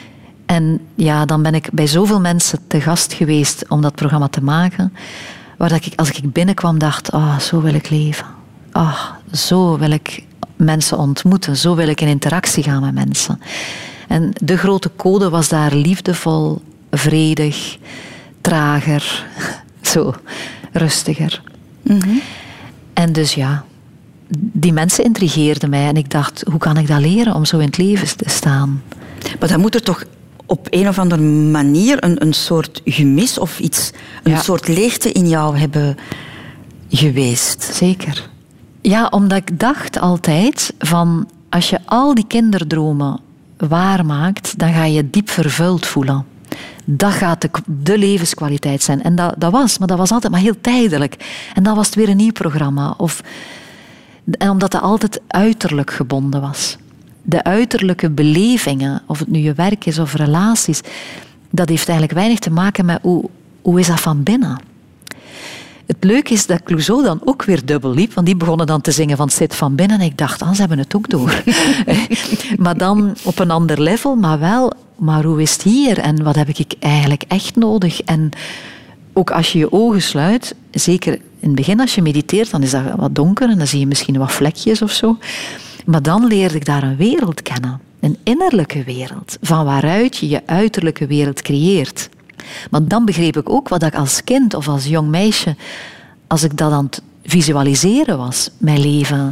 En ja, dan ben ik bij zoveel mensen te gast geweest om dat programma te maken, waar dat ik, als ik binnenkwam, dacht, ah, oh, zo wil ik leven. Ah, oh, zo wil ik mensen ontmoeten. Zo wil ik in interactie gaan met mensen. En de grote code was daar liefdevol, vredig, trager, zo, rustiger. Mm-hmm. En dus ja, die mensen intrigeerden mij en ik dacht, hoe kan ik dat leren om zo in het leven te staan? Maar dan moet er toch op een of andere manier een, een soort gemis of iets, een ja. soort leegte in jou hebben geweest. Zeker. Ja, omdat ik dacht altijd van, als je al die kinderdromen waarmaakt, dan ga je diep vervuld voelen. Dat gaat de, de levenskwaliteit zijn. En dat, dat was, maar dat was altijd maar heel tijdelijk. En dan was het weer een nieuw programma. Of, en omdat het altijd uiterlijk gebonden was. De uiterlijke belevingen, of het nu je werk is of relaties, dat heeft eigenlijk weinig te maken met hoe, hoe is dat van binnen. Het leuke is dat Clouseau dan ook weer dubbel liep, want die begonnen dan te zingen van het zit van binnen. En ik dacht, ah, ze hebben het ook door. Maar dan op een ander level, maar wel, maar hoe is het hier? En wat heb ik eigenlijk echt nodig? En ook als je je ogen sluit, zeker in het begin als je mediteert, dan is dat wat donker en dan zie je misschien wat vlekjes of zo. Maar dan leerde ik daar een wereld kennen. Een innerlijke wereld, van waaruit je je uiterlijke wereld creëert. Maar dan begreep ik ook wat ik als kind of als jong meisje, als ik dat aan het visualiseren was, mijn leven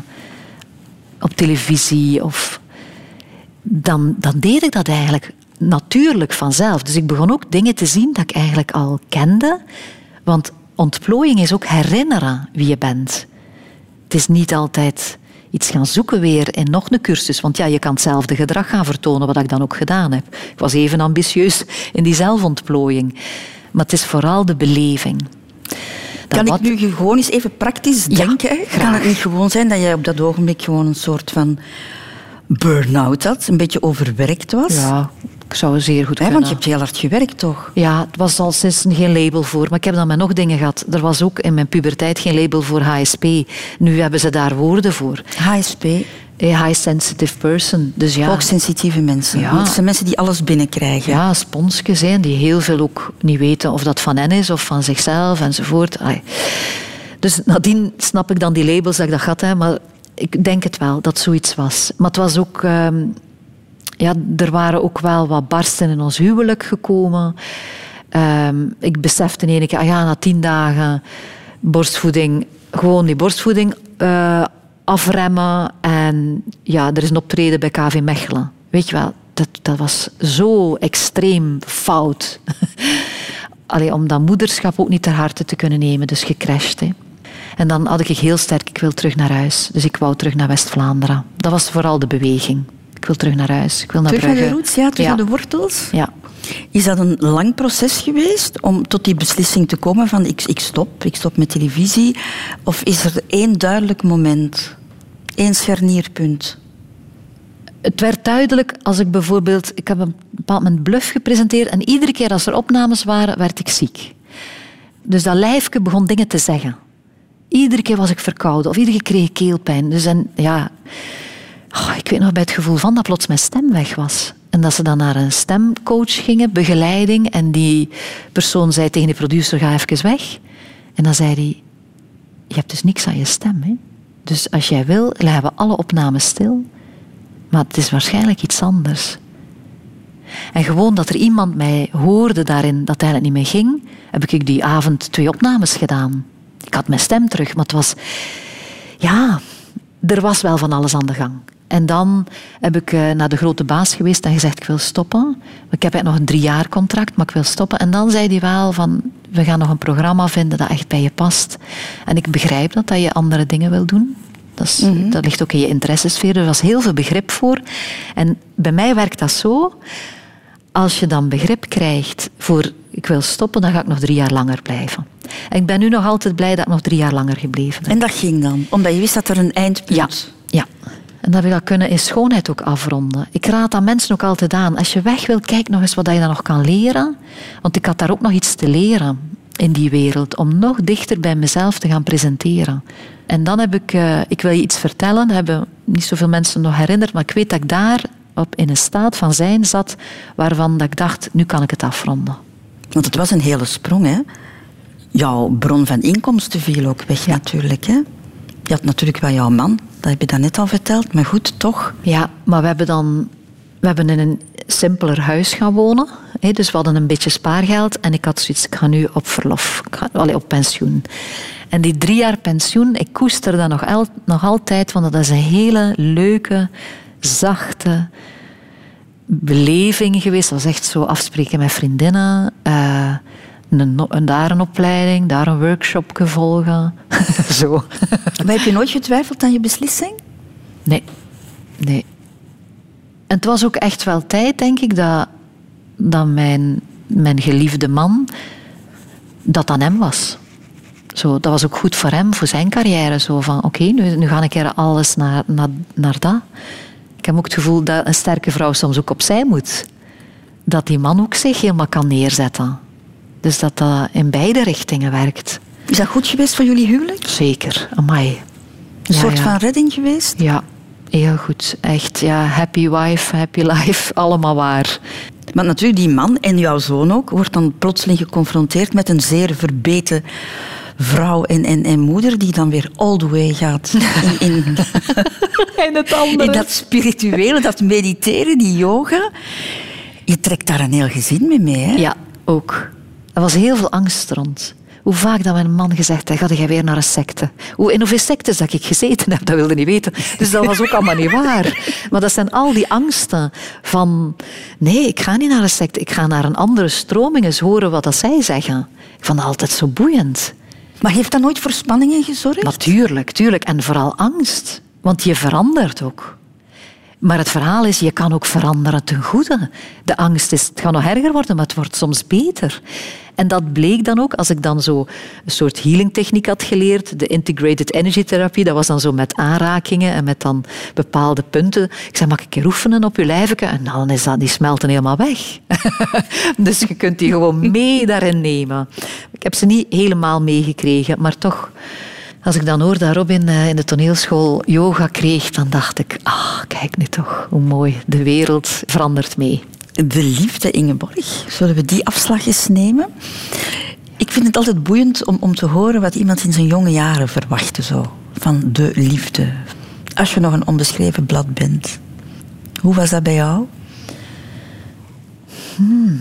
op televisie, of, dan, dan deed ik dat eigenlijk natuurlijk vanzelf. Dus ik begon ook dingen te zien dat ik eigenlijk al kende. Want ontplooiing is ook herinneren wie je bent. Het is niet altijd iets gaan zoeken weer in nog een cursus. Want ja, je kan hetzelfde gedrag gaan vertonen, wat ik dan ook gedaan heb. Ik was even ambitieus in die zelfontplooiing. Maar het is vooral de beleving. Dat kan wat... ik nu gewoon eens even praktisch denken? Ja, kan het niet gewoon zijn dat jij op dat ogenblik gewoon een soort van burn-out had? Een beetje overwerkt was? Ja, ik zou zeer goed kunnen. Want je hebt heel hard gewerkt, toch? Ja, het was al sinds geen label voor. Maar ik heb dan met nog dingen gehad. Er was ook in mijn puberteit geen label voor H S P. Nu hebben ze daar woorden voor. H S P? High sensitive person. Dus ja. Hoogsensitieve mensen. Ja. Dat zijn mensen die alles binnenkrijgen. Ja, sponsjes zijn die heel veel ook niet weten of dat van hen is of van zichzelf enzovoort. Ai. Dus nadien snap ik dan die labels dat ik dat had. Hè, maar ik denk het wel, dat zoiets was. Maar het was ook... Um, ja, er waren ook wel wat barsten in ons huwelijk gekomen. Um, ik besefte in één keer, ah ja, na tien dagen borstvoeding, gewoon die borstvoeding uh, afremmen. En ja, er is een optreden bij K V Mechelen. Weet je wel, dat, dat was zo extreem fout. Allee, om dat moederschap ook niet ter harte te kunnen nemen, dus gecrashed. Hè. En dan had ik heel sterk, ik wil terug naar huis. Dus ik wou terug naar West-Vlaanderen. Dat was vooral de beweging. Ik wil terug naar huis. Ik wil naar terug Brugge. naar de roots, ja, terug ja. naar de wortels. Ja. Is dat een lang proces geweest om tot die beslissing te komen van ik, ik stop, ik stop met televisie? Of is er één duidelijk moment, één scharnierpunt? Het werd duidelijk als ik bijvoorbeeld... Ik heb een bepaald moment Bluff gepresenteerd en iedere keer als er opnames waren, werd ik ziek. Dus dat lijfje begon dingen te zeggen. Iedere keer was ik verkouden of iedere keer kreeg ik keelpijn. Dus en, ja... Oh, ik weet nog bij het gevoel van dat plots mijn stem weg was. En dat ze dan naar een stemcoach gingen, begeleiding. En die persoon zei tegen de producer, ga even weg. En dan zei hij, je hebt dus niks aan je stem. Hè? Dus als jij wil, leggen we alle opnames stil. Maar het is waarschijnlijk iets anders. En gewoon dat er iemand mij hoorde daarin dat het eigenlijk niet meer ging, heb ik die avond twee opnames gedaan. Ik had mijn stem terug, maar het was... Ja, er was wel van alles aan de gang. En dan heb ik uh, naar de grote baas geweest en gezegd, ik wil stoppen. Ik heb nog een drie jaar contract, maar ik wil stoppen. En dan zei hij wel van, we gaan nog een programma vinden dat echt bij je past. En ik begrijp dat, dat je andere dingen wil doen. Dat, is, mm-hmm. dat ligt ook in je interessesfeer. Er was heel veel begrip voor. En bij mij werkt dat zo. Als je dan begrip krijgt voor, ik wil stoppen, dan ga ik nog drie jaar langer blijven. En ik ben nu nog altijd blij dat ik nog drie jaar langer gebleven ben. En dat ging dan? Omdat je wist dat er een eindpunt... Ja, ja. En dat we dat kunnen in schoonheid ook afronden. Ik raad dat mensen ook altijd aan. Als je weg wilt, kijk nog eens wat je dan nog kan leren. Want ik had daar ook nog iets te leren in die wereld. Om nog dichter bij mezelf te gaan presenteren. En dan heb ik... Uh, ik wil je iets vertellen. Dat hebben niet zoveel mensen nog herinnerd. Maar ik weet dat ik daar op in een staat van zijn zat. Waarvan dat ik dacht, nu kan ik het afronden. Want het was een hele sprong, hè? Jouw bron van inkomsten viel ook weg, ja. natuurlijk, hè? Je had natuurlijk wel jouw man, dat heb je dan net al verteld, maar goed, toch? Ja, maar we hebben dan... We hebben in een simpeler huis gaan wonen. Hè, dus we hadden een beetje spaargeld. En ik had zoiets, ik ga nu op verlof. Ik ga, allee, op pensioen. En die drie jaar pensioen, ik koester dat nog, el, nog altijd. Want dat is een hele leuke, zachte beleving geweest. Dat was echt zo afspreken met vriendinnen. Uh, een, een, daar een opleiding, daar een workshop gevolgen. Zo. Maar heb je nooit getwijfeld aan je beslissing? Nee. Nee. En het was ook echt wel tijd, denk ik, dat, dat mijn, mijn geliefde man, dat aan hem was. Zo, dat was ook goed voor hem, voor zijn carrière. Zo van, oké, okay, nu, nu ga ik er alles naar, naar, naar dat. Ik heb ook het gevoel dat een sterke vrouw soms ook opzij moet. Dat die man ook zich helemaal kan neerzetten. Dus dat dat in beide richtingen werkt. Is dat goed geweest voor jullie huwelijk? Zeker, amai. Een ja, soort ja. van redding geweest? Ja, heel goed. Echt, ja, happy wife, happy life, allemaal waar. Maar natuurlijk, die man en jouw zoon ook, wordt dan plotseling geconfronteerd met een zeer verbeten vrouw en, en, en moeder die dan weer all the way gaat in, in, en het andere. in dat spirituele, dat mediteren, die yoga. Je trekt daar een heel gezin mee mee, hè? Ja, ook. Er was heel veel angst rond. Hoe vaak dat mijn man gezegd heeft, ga jij weer naar een secte? Hoe, in hoeveel sectes dat ik gezeten heb, dat wilde niet weten. Dus dat was ook allemaal niet waar. Maar dat zijn al die angsten van... Nee, ik ga niet naar een secte. Ik ga naar een andere stroming eens horen wat dat zij zeggen. Ik vond dat altijd zo boeiend. Maar heeft dat nooit voor spanningen gezorgd? Natuurlijk, tuurlijk. En vooral angst. Want je verandert ook. Maar het verhaal is, je kan ook veranderen ten goede. De angst is, het gaat nog erger worden, maar het wordt soms beter. En dat bleek dan ook, als ik dan zo een soort healingtechniek had geleerd, de integrated energy therapie, dat was dan zo met aanrakingen en met dan bepaalde punten. Ik zei, mag ik een keer oefenen op je lijfje? En dan is dat, die smelten helemaal weg. Dus je kunt die gewoon mee daarin nemen. Ik heb ze niet helemaal meegekregen, maar toch... Als ik dan hoor dat Robin in de toneelschool yoga kreeg, dan dacht ik, ah, kijk nu toch, hoe mooi. De wereld verandert mee. De liefde, Ingeborg. Zullen we die afslag eens nemen? Ik vind het altijd boeiend om, om te horen wat iemand in zijn jonge jaren verwachtte. Zo, van de liefde. Als je nog een onbeschreven blad bent. Hoe was dat bij jou? Hmm.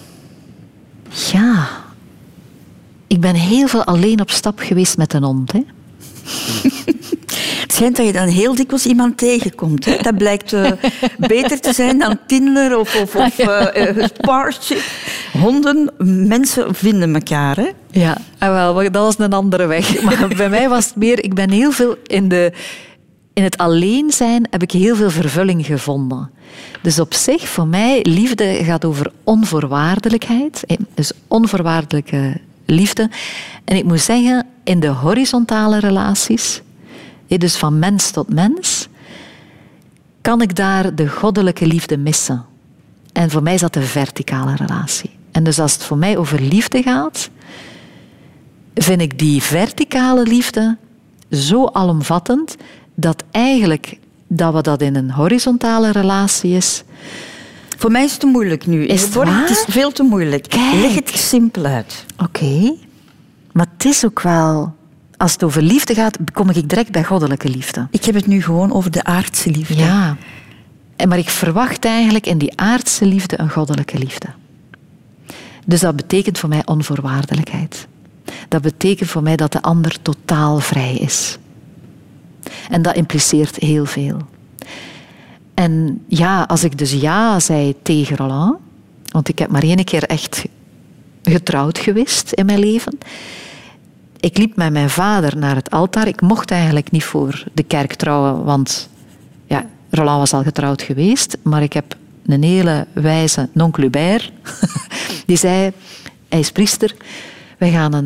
Ja... Ik ben heel veel alleen op stap geweest met een hond. Hè? Het schijnt dat je dan heel dikwijls iemand tegenkomt. Hè? Dat blijkt uh, beter te zijn dan Tinder of, of, of uh, uh, Parship. Honden, mensen vinden elkaar. Hè? Ja, en wel, dat was een andere weg. Maar bij mij was het meer... Ik ben heel veel in, de, in het alleen zijn heb ik heel veel vervulling gevonden. Dus op zich, voor mij, liefde gaat over onvoorwaardelijkheid. Dus onvoorwaardelijke liefde. En ik moet zeggen, in de horizontale relaties, dus van mens tot mens, kan ik daar de goddelijke liefde missen. En voor mij is dat de verticale relatie. En dus als het voor mij over liefde gaat, vind ik die verticale liefde zo alomvattend dat eigenlijk dat wat dat in een horizontale relatie is... Voor mij is het te moeilijk nu. Is het waar? Het is veel te moeilijk. Kijk. Leg het simpel uit. Oké. Okay. Maar het is ook wel... Als het over liefde gaat, kom ik direct bij goddelijke liefde. Ik heb het nu gewoon over de aardse liefde. Ja. En maar ik verwacht eigenlijk in die aardse liefde een goddelijke liefde. Dus dat betekent voor mij onvoorwaardelijkheid. Dat betekent voor mij dat de ander totaal vrij is. En dat impliceert heel veel. En ja, als ik dus ja zei tegen Roland, want ik heb maar één keer echt getrouwd geweest in mijn leven. Ik liep met mijn vader naar het altaar. Ik mocht eigenlijk niet voor de kerk trouwen, want ja, Roland was al getrouwd geweest. Maar ik heb een hele wijze noncle Hubert. Die zei, hij is priester, wij gaan een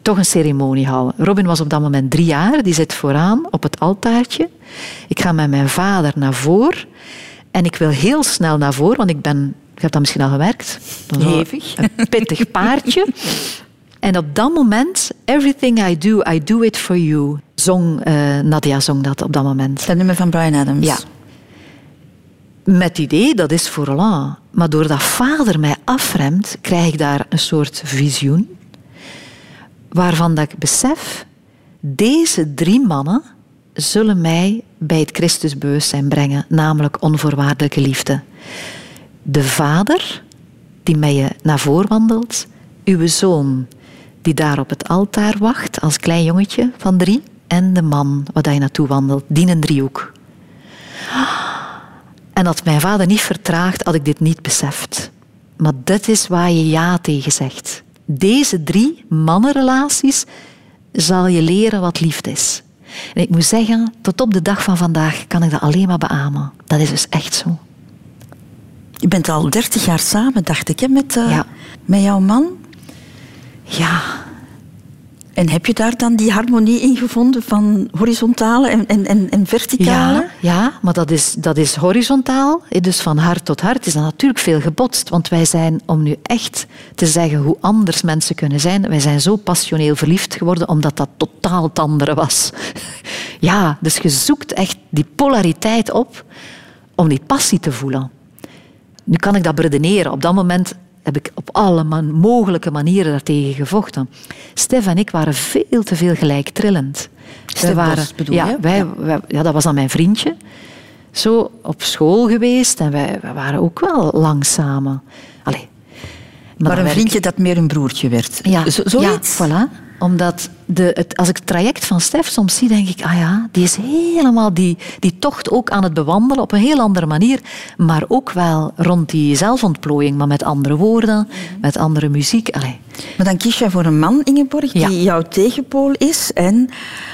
toch een ceremonie houden. Robin was op dat moment drie jaar. Die zit vooraan op het altaartje. Ik ga met mijn vader naar voren. En ik wil heel snel naar voren, want ik ben... Je hebt dat misschien al gemerkt. Hevig. Een pittig paardje. En op dat moment, everything I do, I do it for you. Zong, uh, Nadia zong dat op dat moment. Dat nummer van Bryan Adams. Ja. Met het idee, dat is voor Roland. Maar doordat vader mij afremt, krijg ik daar een soort visioen. Waarvan dat ik besef, deze drie mannen zullen mij bij het Christusbewustzijn brengen. Namelijk onvoorwaardelijke liefde. De vader die met je naar voren wandelt. Uw zoon die daar op het altaar wacht als klein jongetje van drie. En de man waar je naartoe wandelt. Die een driehoek. En had mijn vader niet vertraagd, had ik dit niet beseft. Maar dit is waar je ja tegen zegt. Deze drie mannenrelaties zal je leren wat liefde is. En ik moet zeggen, tot op de dag van vandaag kan ik dat alleen maar beamen. Dat is dus echt zo. Je bent al dertig jaar samen, dacht ik, hè, met, uh, ja. met jouw man. Ja. En heb je daar dan die harmonie in gevonden van horizontale en, en, en, en verticale? Ja, ja, maar dat is, dat is horizontaal. Dus van hart tot hart is dat natuurlijk veel gebotst. Want wij zijn, om nu echt te zeggen hoe anders mensen kunnen zijn, wij zijn zo passioneel verliefd geworden omdat dat totaal het andere was. Ja, dus je zoekt echt die polariteit op om die passie te voelen. Nu kan ik dat beredeneren. Op dat moment heb ik op alle man- mogelijke manieren daartegen gevochten. Stef en ik waren veel te veel gelijk trillend. Stef waren, Bos bedoel ja, je? wij, Ja. wij, ja, dat was dan mijn vriendje. Zo op school geweest en wij, wij waren ook wel lang samen. Allee. Maar, maar een werk... vriendje dat meer een broertje werd. Ja, Zo, zoiets? ja voilà. Omdat de, het, als ik het traject van Stef soms zie, denk ik, ah ja, die is helemaal die, die tocht ook aan het bewandelen op een heel andere manier. Maar ook wel rond die zelfontplooiing, maar met andere woorden, mm-hmm. met andere muziek. Allee. Maar dan kies je voor een man, Ingeborg, die ja. jouw tegenpool is. En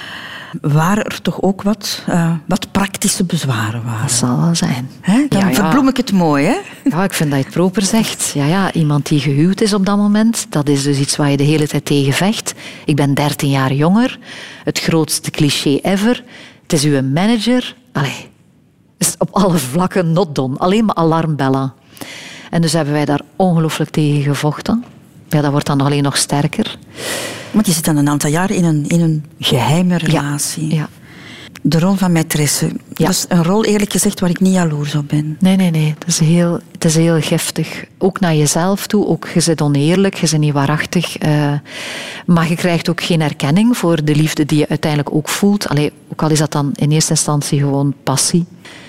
waar er toch ook wat, uh, wat praktische bezwaren waren. Dat zal wel zijn. Hè? Dan ja, ja. verbloem ik het mooi, hè? Ja, ik vind dat je het proper zegt. Ja, ja, iemand die gehuwd is op dat moment, dat is dus iets waar je de hele tijd tegen vecht. Ik ben dertien jaar jonger. Het grootste cliché ever. Het is uw manager. Allee, is op alle vlakken not done. Alleen maar alarmbellen. En dus hebben wij daar ongelooflijk tegen gevochten. Ja, dat wordt dan alleen nog sterker. Want je zit dan een aantal jaar in een, in een geheime relatie. Ja, ja. De rol van maîtresse. Ja. Dat is een rol, eerlijk gezegd, waar ik niet jaloers op ben. Nee, nee, nee. Het is heel, het is heel giftig. Ook naar jezelf toe. Ook, je bent oneerlijk, je bent niet waarachtig. Uh, maar je krijgt ook geen erkenning voor de liefde die je uiteindelijk ook voelt. Allee, ook al is dat dan in eerste instantie gewoon passie.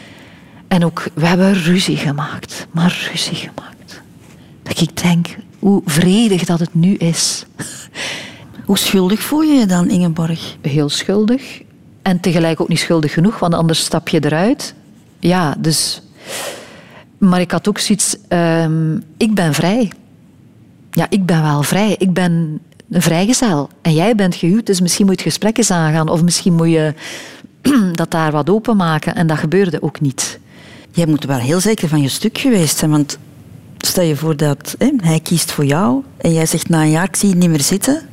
En ook, we hebben ruzie gemaakt. Maar ruzie gemaakt. Dat ik denk, hoe vredig dat het nu is. Hoe schuldig voel je je dan, Ingeborg? Heel schuldig. En tegelijk ook niet schuldig genoeg, want anders stap je eruit. Ja, dus... Maar ik had ook zoiets... Um, ik ben vrij. Ja, ik ben wel vrij. Ik ben een vrijgezel. En jij bent gehuwd, dus misschien moet je gesprek eens aangaan. Of misschien moet je dat daar wat openmaken. En dat gebeurde ook niet. Jij moet wel heel zeker van je stuk geweest zijn, want... Stel je voor dat hè, hij kiest voor jou en jij zegt na een jaar, ik zie je niet meer zitten.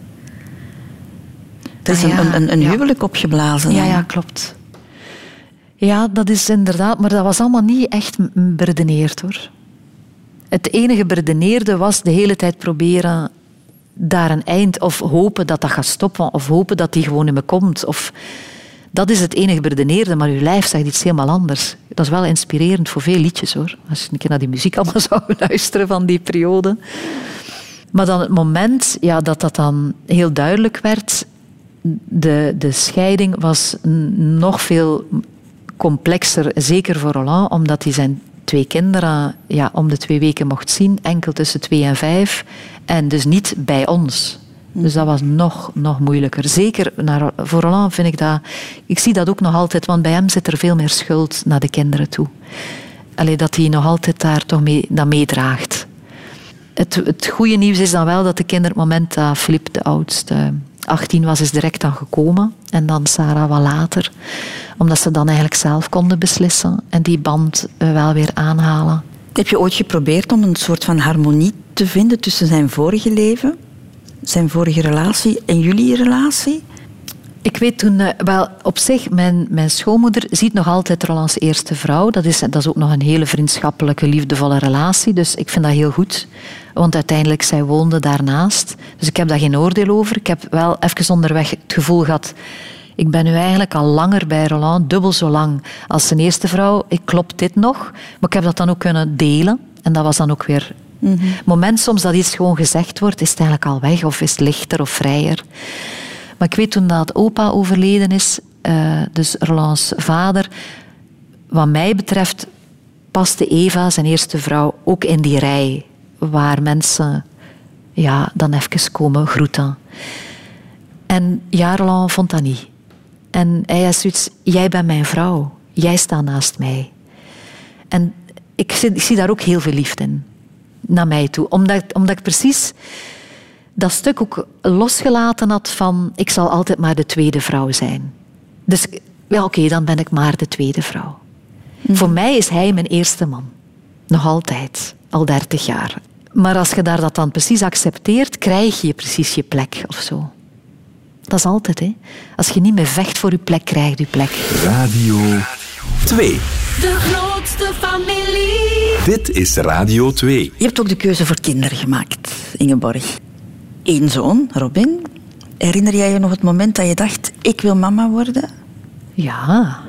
Er is ah, ja, een, een, een ja. huwelijk opgeblazen. Ja, ja, klopt. Ja, dat is inderdaad... Maar dat was allemaal niet echt beredeneerd, hoor. Het enige beredeneerde was de hele tijd proberen daar een eind... Of hopen dat dat gaat stoppen. Of hopen dat die gewoon in me komt. Of... Dat is het enige beredeneerde, maar uw lijf zegt iets helemaal anders. Dat is wel inspirerend voor veel liedjes, hoor. Als je een keer naar die muziek allemaal zou luisteren van die periode. Maar dan het moment ja, dat dat dan heel duidelijk werd... De, de scheiding was nog veel complexer, zeker voor Roland, omdat hij zijn twee kinderen ja, om de twee weken mocht zien, enkel tussen twee en vijf, en dus niet bij ons. Dus dat was nog, nog moeilijker. Zeker naar, voor Roland vind ik dat... Ik zie dat ook nog altijd, want bij hem zit er veel meer schuld naar de kinderen toe. Allee, dat hij nog altijd daar toch mee, dat meedraagt. Het, het goede nieuws is dan wel dat de kinderen, op het moment dat Filip, de oudste, achttien was, is direct dan gekomen. En dan Sarah wat later. Omdat ze dan eigenlijk zelf konden beslissen. En die band wel weer aanhalen. Heb je ooit geprobeerd om een soort van harmonie te vinden tussen zijn vorige leven zijn vorige relatie en jullie relatie? Ik weet toen, uh, wel, op zich, mijn, mijn schoonmoeder ziet nog altijd Roland's eerste vrouw. Dat is, dat is ook nog een hele vriendschappelijke, liefdevolle relatie. Dus ik vind dat heel goed. Want uiteindelijk, zij woonde daarnaast. Dus ik heb daar geen oordeel over. Ik heb wel even onderweg het gevoel gehad... Ik ben nu eigenlijk al langer bij Roland, dubbel zo lang als zijn eerste vrouw. Ik klop dit nog. Maar ik heb dat dan ook kunnen delen. En dat was dan ook weer... Mm-hmm. Het moment soms dat iets gewoon gezegd wordt, is het eigenlijk al weg. Of is het lichter of vrijer. Maar ik weet toen dat opa overleden is, uh, dus Roland's vader, wat mij betreft paste Eva, zijn eerste vrouw, ook in die rij waar mensen ja, dan even komen groeten. En ja, Roland vond dat niet. En hij had zoiets, jij bent mijn vrouw, jij staat naast mij. En ik zie, ik zie daar ook heel veel liefde in, naar mij toe. Omdat, omdat ik precies... dat stuk ook losgelaten had van... ik zal altijd maar de tweede vrouw zijn. Dus ja, oké, okay, dan ben ik maar de tweede vrouw. Mm. Voor mij is hij mijn eerste man. Nog altijd. Al dertig jaar. Maar als je daar dat dan precies accepteert, krijg je precies je plek of zo. Dat is altijd, hè. Als je niet meer vecht voor je plek, krijg je je plek. Radio twee. De grootste familie. Dit is Radio twee. Je hebt ook de keuze voor kinderen gemaakt, Ingeborg. Eén zoon, Robin. Herinner jij je nog het moment dat je dacht, ik wil mama worden? Ja.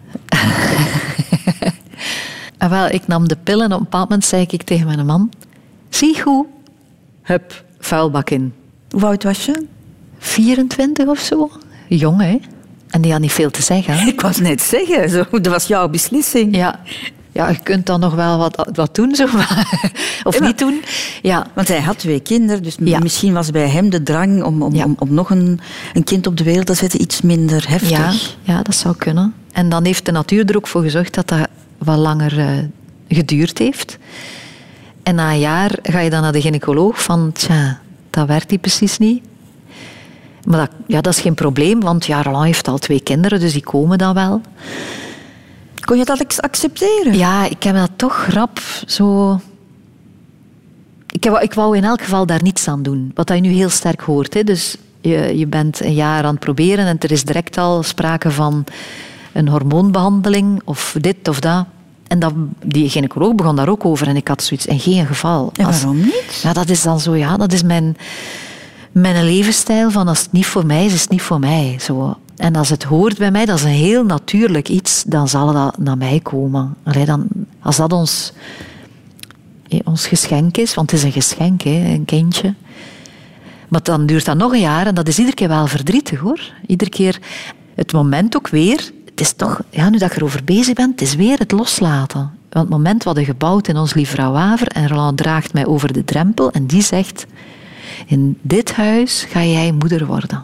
En wel, ik nam de pillen en op een bepaald moment zei ik tegen mijn man... Zie hoe? Hup, vuilbak in. Hoe oud was je? vierentwintig of zo. Jong, hè? En die had niet veel te zeggen. Hè? Ik was net zeggen, zo, dat was jouw beslissing. Ja. Ja, je kunt dan nog wel wat, wat doen, zo. Of ja, niet doen. Ja. Want hij had twee kinderen, dus ja. misschien was bij hem de drang om, om, ja. om, om nog een, een kind op de wereld te zetten iets minder heftig. Ja, ja, dat zou kunnen. En dan heeft de natuur er ook voor gezorgd dat dat wat langer uh, geduurd heeft. En na een jaar ga je dan naar de gynaecoloog van, tja, dat werkt die precies niet. Maar dat, ja, dat is geen probleem, want ja, Roland heeft al twee kinderen, dus die komen dan wel. Kon je dat accepteren? Ja, ik heb dat toch rap zo... Ik, heb, ik wou in elk geval daar niets aan doen. Wat je nu heel sterk hoort. Hè. Dus je, je bent een jaar aan het proberen en er is direct al sprake van een hormoonbehandeling of dit of dat. En dat, die gynaecoloog begon daar ook over en ik had zoiets in geen geval. En waarom niet? Ja, dat is dan zo, ja, dat is mijn, mijn levensstijl van als het niet voor mij is, is het niet voor mij. Zo. En als het hoort bij mij, dat is een heel natuurlijk iets, dan zal dat naar mij komen. Allee, dan, als dat ons, ons geschenk is, want het is een geschenk, hè, een kindje. Maar dan duurt dat nog een jaar en dat is iedere keer wel verdrietig, hoor. Iedere keer het moment ook weer. Het is toch, ja, nu dat je erover bezig bent, het is weer het loslaten. Want het moment wat we gebouwd in ons Lieve Vrouw Waver en Roland draagt mij over de drempel en die zegt, in dit huis ga jij moeder worden.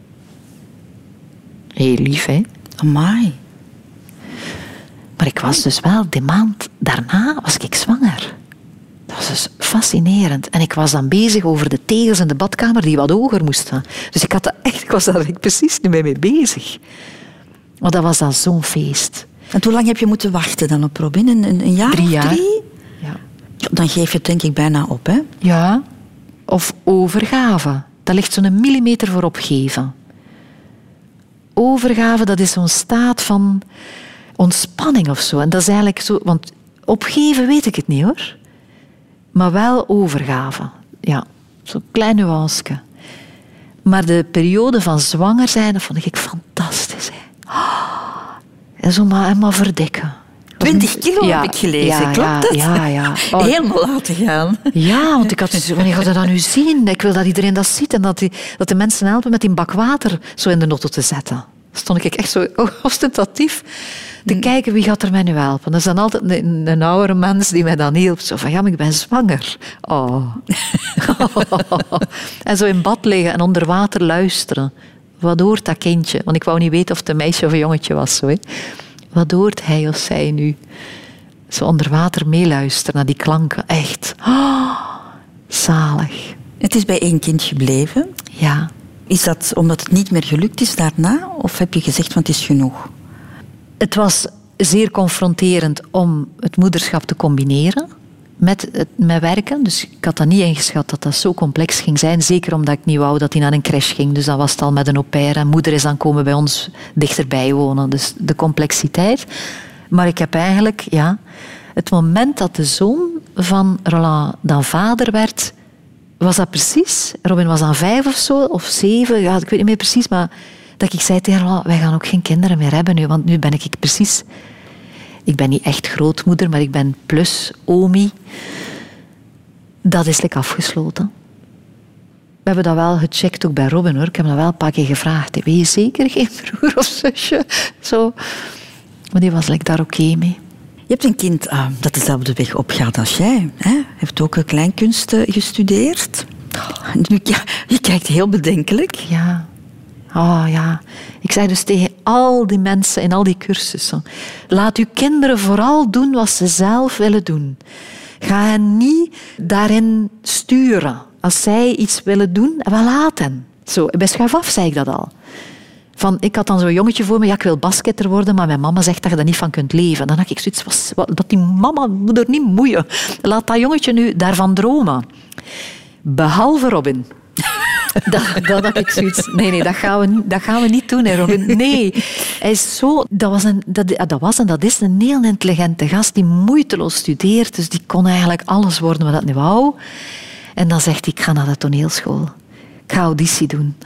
Heel lief, hè? Amai. Maar ik was dus wel, die maand daarna was ik zwanger. Dat was dus fascinerend. En ik was dan bezig over de tegels in de badkamer die wat hoger moesten. Dus ik, had dat echt, ik was daar precies niet mee bezig. Maar dat was dan zo'n feest. En hoe lang heb je moeten wachten dan op Robin? Een, een jaar Drie of jaar. drie? Ja. Dan geef je het denk ik bijna op, hè? Ja. Of overgave. Dat ligt zo'n millimeter voor opgeven. Overgave, dat is zo'n staat van ontspanning of zo. En dat is eigenlijk zo... Want opgeven weet ik het niet, hoor. Maar wel overgave. Ja, zo'n klein nuance. Maar de periode van zwanger zijn, dat vond ik fantastisch. Hè. Oh, en zo maar helemaal verdikken. twintig kilo ja, heb ik gelezen, ja, klopt ja, dat? Ja, ja. Oh. Helemaal laten gaan. Ja, want ik had dus, wanneer ga je dat nu zien? Ik wil dat iedereen dat ziet en dat, die, dat de mensen helpen met die bak water zo in de notto te zetten. Stond ik echt zo ostentatief te mm. kijken wie gaat er mij nu helpen. Dat is dan altijd een, een oudere mens die mij dan hielp. Zo van, ja, maar ik ben zwanger. Oh. En zo in bad liggen en onder water luisteren. Wat hoort dat kindje? Want ik wou niet weten of het een meisje of een jongetje was. Zo, hè. Wat hoort hij of zij nu? Zo onder water meeluisteren naar die klanken. Echt. Oh, zalig. Het is bij één kind gebleven. Ja. Is dat omdat het niet meer gelukt is daarna? Of heb je gezegd, want het is genoeg? Het was zeer confronterend om het moederschap te combineren. met, het, met werken. Dus ik had dat niet ingeschat dat dat zo complex ging zijn. Zeker omdat ik niet wou dat hij naar een crash ging. Dus dan was het al met een au pair. En moeder is dan komen bij ons dichterbij wonen. Dus de complexiteit. Maar ik heb eigenlijk... ja, het moment dat de zoon van Roland dan vader werd... was dat precies... Robin was dan vijf of zo, of zeven. Ja, ik weet niet meer precies, maar... dat ik zei tegen Roland, wij gaan ook geen kinderen meer hebben nu. Want nu ben ik precies... Ik ben niet echt grootmoeder, maar ik ben plus omi. Dat is like afgesloten. We hebben dat wel gecheckt, ook bij Robin, hoor. Ik heb dat wel een paar keer gevraagd. Weet je zeker geen broer of zusje? Zo. Maar die was like, daar oké okay mee. Je hebt een kind uh, dat dezelfde weg opgaat als jij. Hè? Je hebt ook kleinkunst gestudeerd. Nu, ja, je kijkt heel bedenkelijk. Ja. Oh ja. Ik zeg dus tegen al die mensen in al die cursussen. Laat uw kinderen vooral doen wat ze zelf willen doen. Ga hen niet daarin sturen. Als zij iets willen doen, wel laat hen. Zo, bij schuif af zei ik dat al. Van, ik had dan zo'n jongetje voor me, ja, ik wil basketter worden, maar mijn mama zegt dat je daar niet van kunt leven. Dan had ik zoiets, wat, dat die mama moet er niet moeien. Laat dat jongetje nu daarvan dromen. Behalve Robin. Dat, dat had ik zoiets... Nee, nee, dat gaan we, dat gaan we niet doen, hè, Robin. Nee. Hij is zo... Dat was, een, dat, dat was en dat is een heel intelligente gast die moeiteloos studeert. Dus die kon eigenlijk alles worden wat dat nu wou. En dan zegt hij, ik ga naar de toneelschool. Ik ga auditie doen.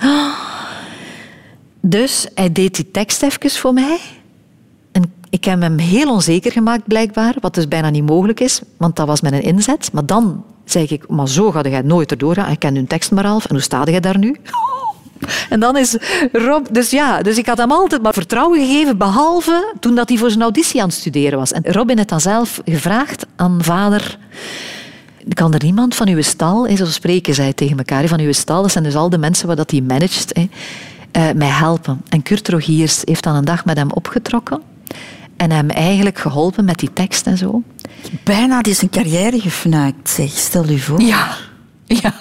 Dus hij deed die tekst even voor mij. En ik heb hem heel onzeker gemaakt, blijkbaar. Wat dus bijna niet mogelijk is, want dat was met een inzet. Maar dan zei ik, maar zo ga jij nooit erdoor gaan. Ik ken uw tekst maar half. En hoe sta jij daar nu? En dan is Rob... Dus ja, dus ik had hem altijd maar vertrouwen gegeven, behalve toen dat hij voor zijn auditie aan het studeren was. En Robin had dan zelf gevraagd aan vader... Kan er niemand van uw stal, zo spreken zij tegen elkaar, van uw stal, dat zijn dus al de mensen waar dat hij managt, hè, uh, mij helpen. En Kurt Rogiers heeft dan een dag met hem opgetrokken en hem eigenlijk geholpen met die tekst en zo. Bijna die zijn carrière gefnuikt, zeg. Stel u voor. Ja. Ja.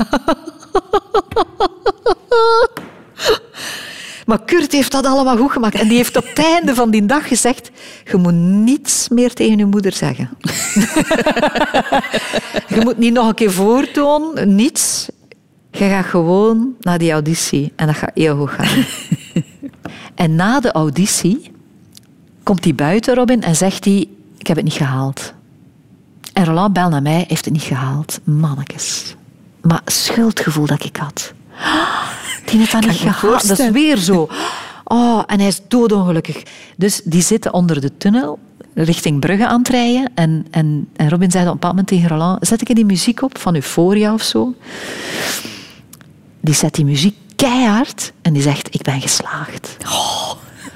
Maar Kurt heeft dat allemaal goed gemaakt. En die heeft op het einde van die dag gezegd... Je moet niets meer tegen je moeder zeggen. Je moet niet nog een keer voortonen. Niets. Je gaat gewoon naar die auditie. En dat gaat heel goed gaan. En na de auditie komt hij buiten, Robin, en zegt hij... Ik heb het niet gehaald. En Roland belt naar mij, heeft het niet gehaald. Mannekes. Maar schuldgevoel dat ik had... Die heeft dat niet gehaald. Dat is weer zo. Oh, en hij is doodongelukkig. Dus die zitten onder de tunnel, richting Brugge aan het rijden. En, en, en Robin zei op een bepaald moment tegen Roland... Zet ik die muziek op, van Euphoria of zo? Die zet die muziek keihard en die zegt... Ik ben geslaagd. Oh.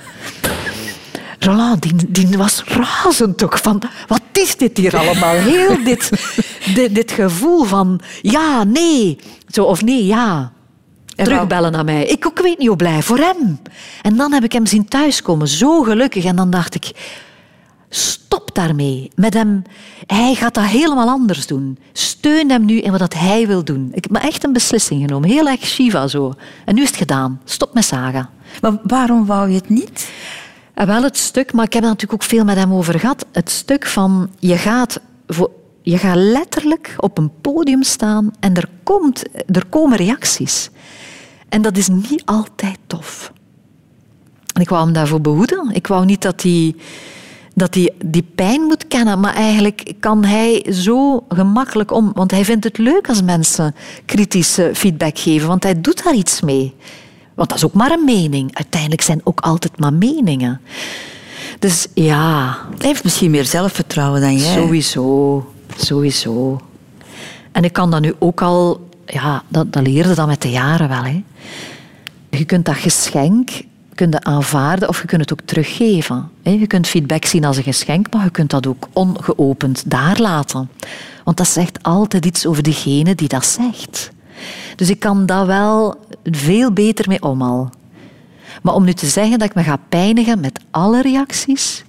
Roland, die, die was razend toch van... Wat is dit hier allemaal? Heel dit, dit, dit gevoel van... Ja, nee. Zo, of nee, ja. Terugbellen naar mij. Ik ook weet niet hoe blij, voor hem. En dan heb ik hem zien thuiskomen, zo gelukkig. En dan dacht ik, stop daarmee. Met hem, hij gaat dat helemaal anders doen. Steun hem nu in wat hij wil doen. Ik heb me echt een beslissing genomen, heel erg Shiva zo. En nu is het gedaan. Stop met zagen. Maar waarom wou je het niet? En wel het stuk, maar ik heb er natuurlijk ook veel met hem over gehad. Het stuk van, je gaat... Voor, je gaat letterlijk op een podium staan en er, komt, er komen reacties. En dat is niet altijd tof. En ik wou hem daarvoor behoeden. Ik wou niet dat hij dat hij die pijn moet kennen, maar eigenlijk kan hij zo gemakkelijk om. Want hij vindt het leuk als mensen kritische feedback geven, want hij doet daar iets mee. Want dat is ook maar een mening. Uiteindelijk zijn ook altijd maar meningen. Dus ja... Hij heeft misschien meer zelfvertrouwen dan jij. Sowieso. Sowieso. En ik kan dat nu ook al... Ja, dat, dat leerde dan met de jaren wel. Hè. Je kunt dat geschenk kunt aanvaarden of je kunt het ook teruggeven. Je kunt feedback zien als een geschenk, maar je kunt dat ook ongeopend daar laten. Want dat zegt altijd iets over degene die dat zegt. Dus ik kan daar wel veel beter mee om al. Maar om nu te zeggen dat ik me ga pijnigen met alle reacties...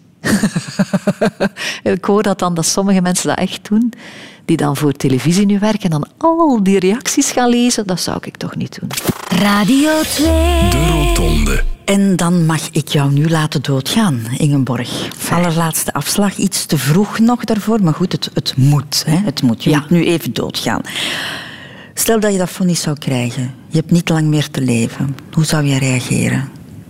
Ik hoor dat dan dat sommige mensen dat echt doen, die dan voor televisie nu werken en dan al die reacties gaan lezen, dat zou ik toch niet doen. Radio twee. De Rotonde. En dan mag ik jou nu laten doodgaan, Ingeborg. Allerlaatste afslag, iets te vroeg nog daarvoor. Maar goed, het, het moet. Hè? Het moet. Je Ja. moet nu even doodgaan. Stel dat je dat vonnis zou krijgen. Je hebt niet lang meer te leven. Hoe zou je reageren?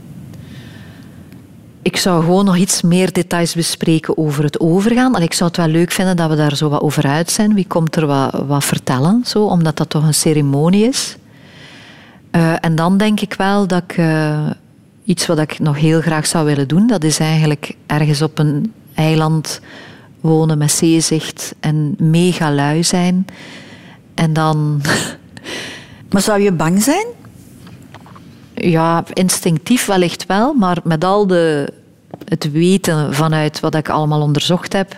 Ik zou gewoon nog iets meer details bespreken over het overgaan. En ik zou het wel leuk vinden dat we daar zo wat over uit zijn. Wie komt er wat, wat vertellen, zo, omdat dat toch een ceremonie is. Uh, en dan denk ik wel dat ik... Uh, iets wat ik nog heel graag zou willen doen, dat is eigenlijk ergens op een eiland wonen met zeezicht en mega lui zijn. En dan... Maar zou je bang zijn? Ja, instinctief wellicht wel, maar met al de, het weten vanuit wat ik allemaal onderzocht heb,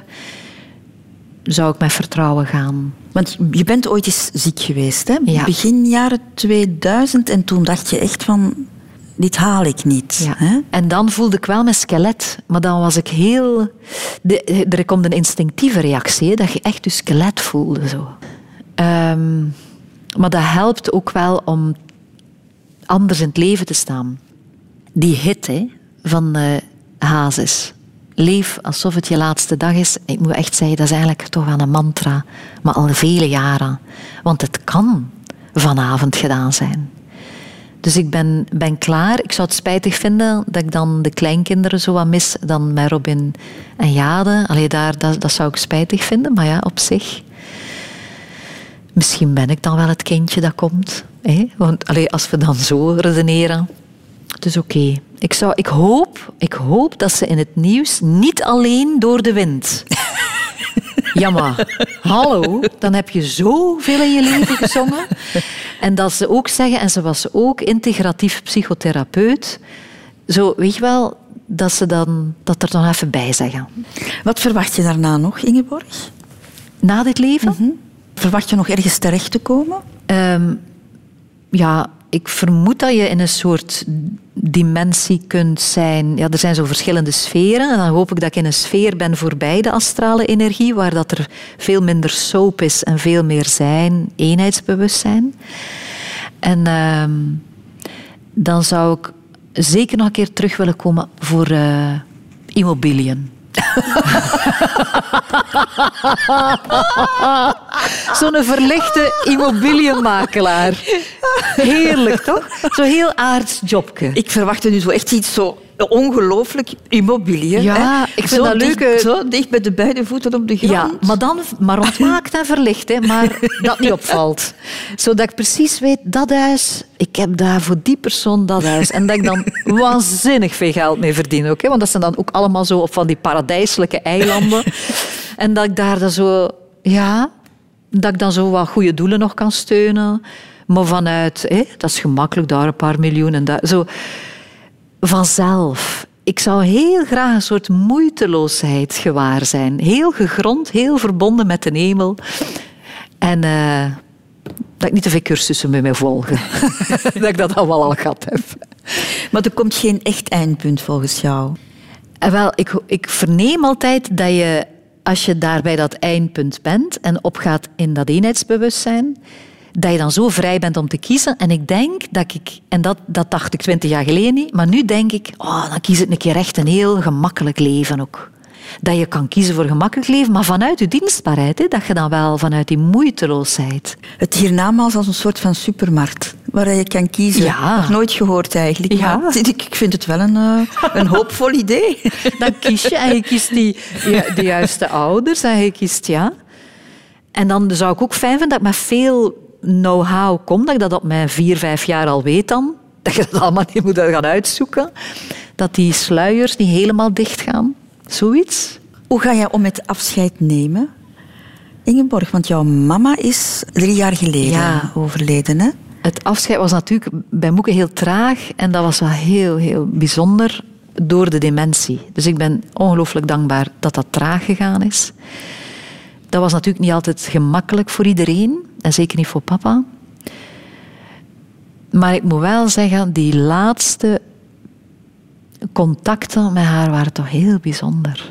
zou ik met vertrouwen gaan. Want je bent ooit eens ziek geweest, hè? Ja. Begin jaren tweeduizend, en toen dacht je echt van... Dit haal ik niet. Ja. Hè? En dan voelde ik wel mijn skelet. Maar dan was ik heel... De, er komt een instinctieve reactie, hè, dat je echt je skelet voelde. Zo. Um, maar dat helpt ook wel om anders in het leven te staan. Die hit hè, van uh, Hazes. Leef alsof het je laatste dag is. Ik moet echt zeggen, dat is eigenlijk toch wel een mantra. Maar al vele jaren. Want het kan vanavond gedaan zijn. Dus ik ben, ben klaar. Ik zou het spijtig vinden dat ik dan de kleinkinderen zo wat mis dan met Robin en Jade. Allee, daar, dat, dat zou ik spijtig vinden, maar ja, op zich. Misschien ben ik dan wel het kindje dat komt. Hè? Want allee, als we dan zo redeneren. Dus oké. Okay. Ik, zou, ik, hoop, ik hoop dat ze in het nieuws niet alleen door de wind... Ja, maar hallo, dan heb je zoveel in je leven gezongen. En dat ze ook zeggen, en ze was ook integratief psychotherapeut, zo, weet je wel, dat ze dan, dat er dan even bij zeggen. Wat verwacht je daarna nog, Ingeborg? Na dit leven? Mm-hmm. Verwacht je nog ergens terecht te komen? Um, ja, ik vermoed dat je in een soort dimensie kunt zijn. Ja, er zijn zo verschillende sferen. En dan hoop ik dat ik in een sfeer ben voorbij de astrale energie, waar dat er veel minder soap is en veel meer zijn, eenheidsbewustzijn. En uh, dan zou ik zeker nog een keer terug willen komen voor uh, immobiliën. Zo'n verlichte immobiliënmakelaar. Heerlijk, toch? Zo'n heel aards jobje. Ik verwachtte nu zo echt iets zo ongelooflijk immobiliën. Ja, hè? ik vind zo dat dicht, leuk. Zo dicht met de beide voeten op de grond. Ja, maar dan maar ontwaakt en verlicht, hè, maar dat niet opvalt. Zodat ik precies weet, dat huis, ik heb daar voor die persoon dat huis. En dat ik dan waanzinnig veel geld mee verdien. Ook, hè, want dat zijn dan ook allemaal zo op van die paradijselijke eilanden. En dat ik daar dan zo... Ja, dat ik dan zo wat goede doelen nog kan steunen. Maar vanuit... Hè, dat is gemakkelijk, daar een paar miljoen en daar... Zo, vanzelf. Ik zou heel graag een soort moeiteloosheid gewaar zijn. Heel gegrond, heel verbonden met de hemel. En uh, dat ik niet te veel cursussen met mij volgen. Dat ik dat al wel al gehad heb. Maar er komt geen echt eindpunt volgens jou? En wel, ik, ik verneem altijd dat je, als je daar bij dat eindpunt bent en opgaat in dat eenheidsbewustzijn, dat je dan zo vrij bent om te kiezen. En ik denk dat ik... En dat, dat dacht ik twintig jaar geleden niet. Maar nu denk ik, oh, dan kies ik een keer echt een heel gemakkelijk leven ook. Dat je kan kiezen voor gemakkelijk leven, maar vanuit je dienstbaarheid. Hè, dat je dan wel vanuit die moeiteloosheid. Het hiernamaals als een soort van supermarkt, waar je kan kiezen. Ja. Nog nooit gehoord eigenlijk. Ja. Maar ik vind het wel een, uh, een hoopvol idee. Dan kies je en je kiest die, de juiste ouders en je kiest, ja. En dan zou ik ook fijn vinden dat ik met veel know-how kom, dat ik dat op mijn vier, vijf jaar al weet dan. Dat je dat allemaal niet moet gaan uitzoeken. Dat die sluiers niet helemaal dicht gaan. Zoiets. Hoe ga jij om met afscheid nemen, Ingeborg? Want jouw mama is drie jaar geleden ja. overleden, hè? Het afscheid was natuurlijk bij Moeke heel traag. En dat was wel heel, heel bijzonder door de dementie. Dus ik ben ongelooflijk dankbaar dat dat traag gegaan is. Dat was natuurlijk niet altijd gemakkelijk voor iedereen. En zeker niet voor papa. Maar ik moet wel zeggen, die laatste contacten met haar waren toch heel bijzonder.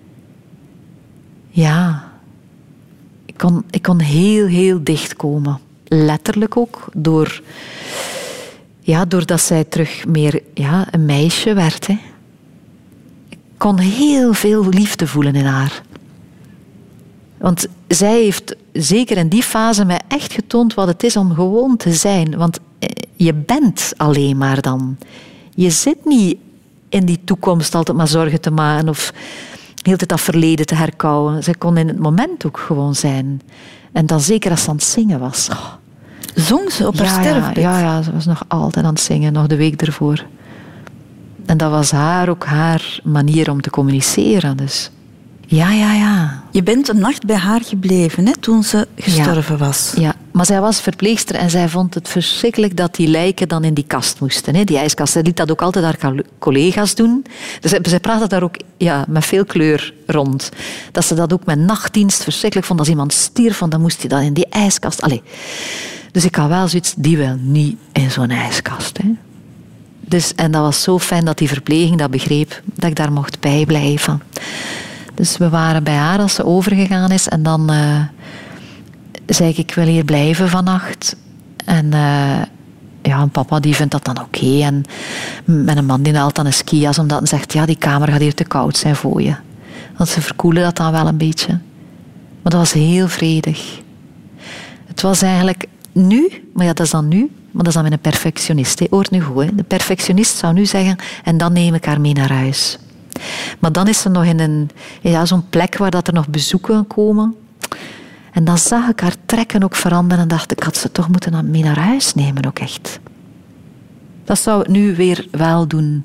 Ja. Ik kon, ik kon heel, heel dicht komen. Letterlijk ook. Door... ja, doordat zij terug meer ja, een meisje werd. Hè. Ik kon heel veel liefde voelen in haar. Want zij heeft zeker in die fase mij echt getoond wat het is om gewoon te zijn. Want je bent alleen maar dan. Je zit niet in die toekomst altijd maar zorgen te maken of heel tijd dat verleden te herkauwen. Zij kon in het moment ook gewoon zijn. En dan zeker als ze aan het zingen was. Oh. Zong ze op ja, haar sterfbed? Ja, ja, ze was nog altijd aan het zingen, nog de week ervoor. En dat was haar ook haar manier om te communiceren. Dus ja, ja, ja. Je bent een nacht bij haar gebleven, hè, toen ze gestorven ja. was. Ja, maar zij was verpleegster en zij vond het verschrikkelijk dat die lijken dan in die kast moesten. Hè, die ijskast. Zij liet dat ook altijd haar collega's doen. Dus zij praatte daar ook ja, met veel kleur rond. Dat ze dat ook met nachtdienst verschrikkelijk vond. Als iemand stierf, dan moest hij dat in die ijskast. Allee. Dus ik had wel zoiets, die wil niet in zo'n ijskast. Hè. Dus, en dat was zo fijn dat die verpleging dat begreep, dat ik daar mocht bijblijven. Dus we waren bij haar als ze overgegaan is. En dan uh, zei ik, ik wil hier blijven vannacht. En uh, ja, en papa die vindt dat dan oké. Okay. En met een man die haalt dan een skias, omdat hij zegt, ja, die kamer gaat hier te koud zijn voor je. Want ze verkoelen dat dan wel een beetje. Maar dat was heel vredig. Het was eigenlijk nu, maar ja, dat is dan nu, maar dat is dan met een perfectionist. Hè. Hoort nu goed, hè. De perfectionist zou nu zeggen, en dan neem ik haar mee naar huis. Maar dan is ze nog in een, ja, zo'n plek waar dat er nog bezoeken komen. En dan zag ik haar trekken ook veranderen en dacht ik, had ze toch moeten mee naar huis nemen ook echt. Dat zou het nu weer wel doen.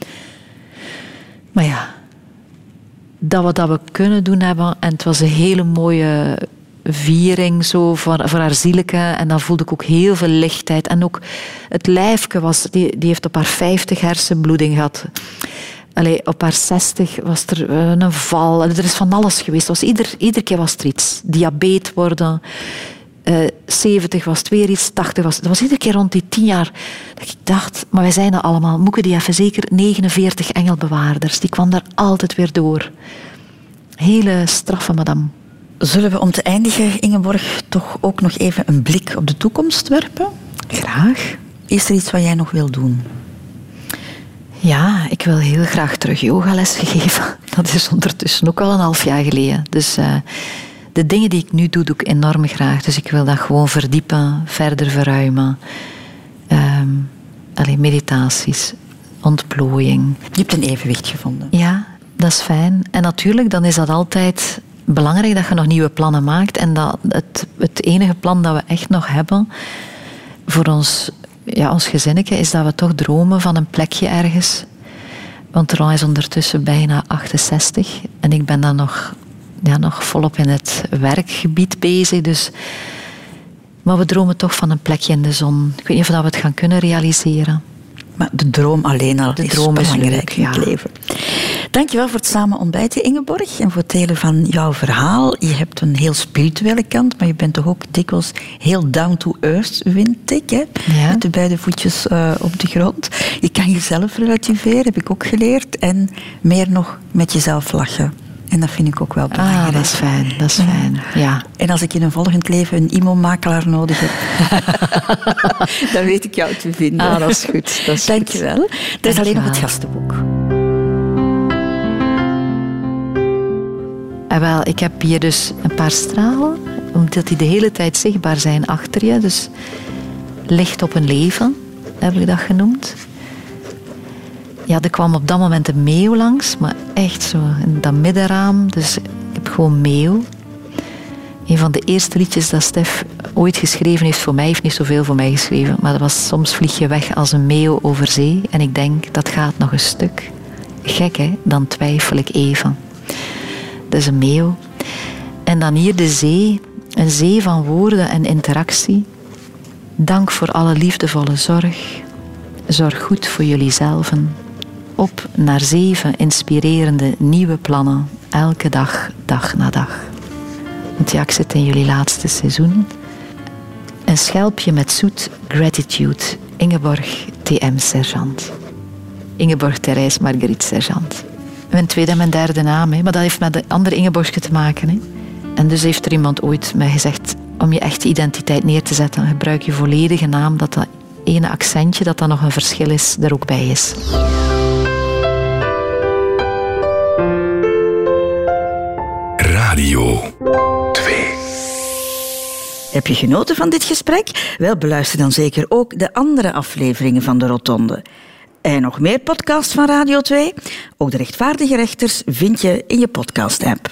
Maar ja, dat we dat we kunnen doen hebben. En het was een hele mooie viering zo voor, voor haar zieleke. En dan voelde ik ook heel veel lichtheid. En ook het lijfje was, die, die heeft op haar vijftig hersenbloeding gehad. Allee, op haar zestig was er een val. Er is van alles geweest. Was ieder, iedere keer was er iets. Diabetes worden. Uh, zeventig was het weer iets. tachtig was het. Dat was iedere keer rond die tien jaar. Dat ik dacht, maar wij zijn er allemaal. Moeke die even zeker negenenveertig engelbewaarders. Die kwam daar altijd weer door. Hele straffe madame. Zullen we om te eindigen, Ingeborg, toch ook nog even een blik op de toekomst werpen? Graag. Is er iets wat jij nog wil doen? Ja, ik wil heel graag terug yogales geven. Dat is ondertussen ook al een half jaar geleden. Dus uh, de dingen die ik nu doe, doe ik enorm graag. Dus ik wil dat gewoon verdiepen, verder verruimen. Um, allee, meditaties, ontplooiing. Je hebt een evenwicht gevonden. Ja, dat is fijn. En natuurlijk, dan is dat altijd belangrijk dat je nog nieuwe plannen maakt. En dat het, het enige plan dat we echt nog hebben voor ons... Ja, ons gezinnetje is dat we toch dromen van een plekje ergens. Want Ron is ondertussen bijna achtenzestig. En ik ben dan nog, ja, nog volop in het werkgebied bezig. Dus. Maar we dromen toch van een plekje in de zon. Ik weet niet of we het gaan kunnen realiseren. Maar de droom alleen al de is droom belangrijk is leuk, in het ja. leven. Dankjewel voor het samen ontbijten, Ingeborg. En voor het delen van jouw verhaal. Je hebt een heel spirituele kant, maar je bent toch ook dikwijls heel down to earth, vind ik. Hè? Ja. Met de beide voetjes uh, op de grond. Je kan jezelf relativeren, heb ik ook geleerd. En meer nog met jezelf lachen. En dat vind ik ook wel belangrijk. Ah, dat is fijn, dat is fijn, ja. En als ik in een volgend leven een immo-makelaar nodig heb, dan weet ik jou te vinden. Ah, dat is goed. Dat is Dankjewel. goed. Er is alleen nog het gastenboek. En wel, ik heb hier dus een paar stralen, omdat die de hele tijd zichtbaar zijn achter je. Dus licht op een leven, heb ik dat genoemd. Ja, er kwam op dat moment een meeuw langs, maar echt zo in dat middenraam. Dus ik heb gewoon meeuw. Een van de eerste liedjes dat Stef ooit geschreven heeft voor mij, heeft niet zoveel voor mij geschreven, maar dat was Soms vlieg je weg als een meeuw over zee. En ik denk, dat gaat nog een stuk. Gek, hè? Dan twijfel ik even. Dat is een meeuw. En dan hier de zee. Een zee van woorden en interactie. Dank voor alle liefdevolle zorg. Zorg goed voor jullie zelven. Op naar zeven inspirerende nieuwe plannen. Elke dag, dag na dag. Want ja, ik zit in jullie laatste seizoen. Een schelpje met zoet gratitude. Ingeborg T M Sergeant. Ingeborg Therese Marguerite Sergeant. Mijn tweede en mijn derde naam, hè. Maar dat heeft met de andere Ingeborgje te maken. Hè. En dus heeft er iemand ooit mij gezegd, om je echte identiteit neer te zetten, gebruik je volledige naam, dat dat ene accentje, dat dan nog een verschil is, er ook bij is. Radio twee. Heb je genoten van dit gesprek? Wel, beluister dan zeker ook de andere afleveringen van de Rotonde. En nog meer podcasts van Radio twee? Ook de Rechtvaardige Rechters vind je in je podcast-app.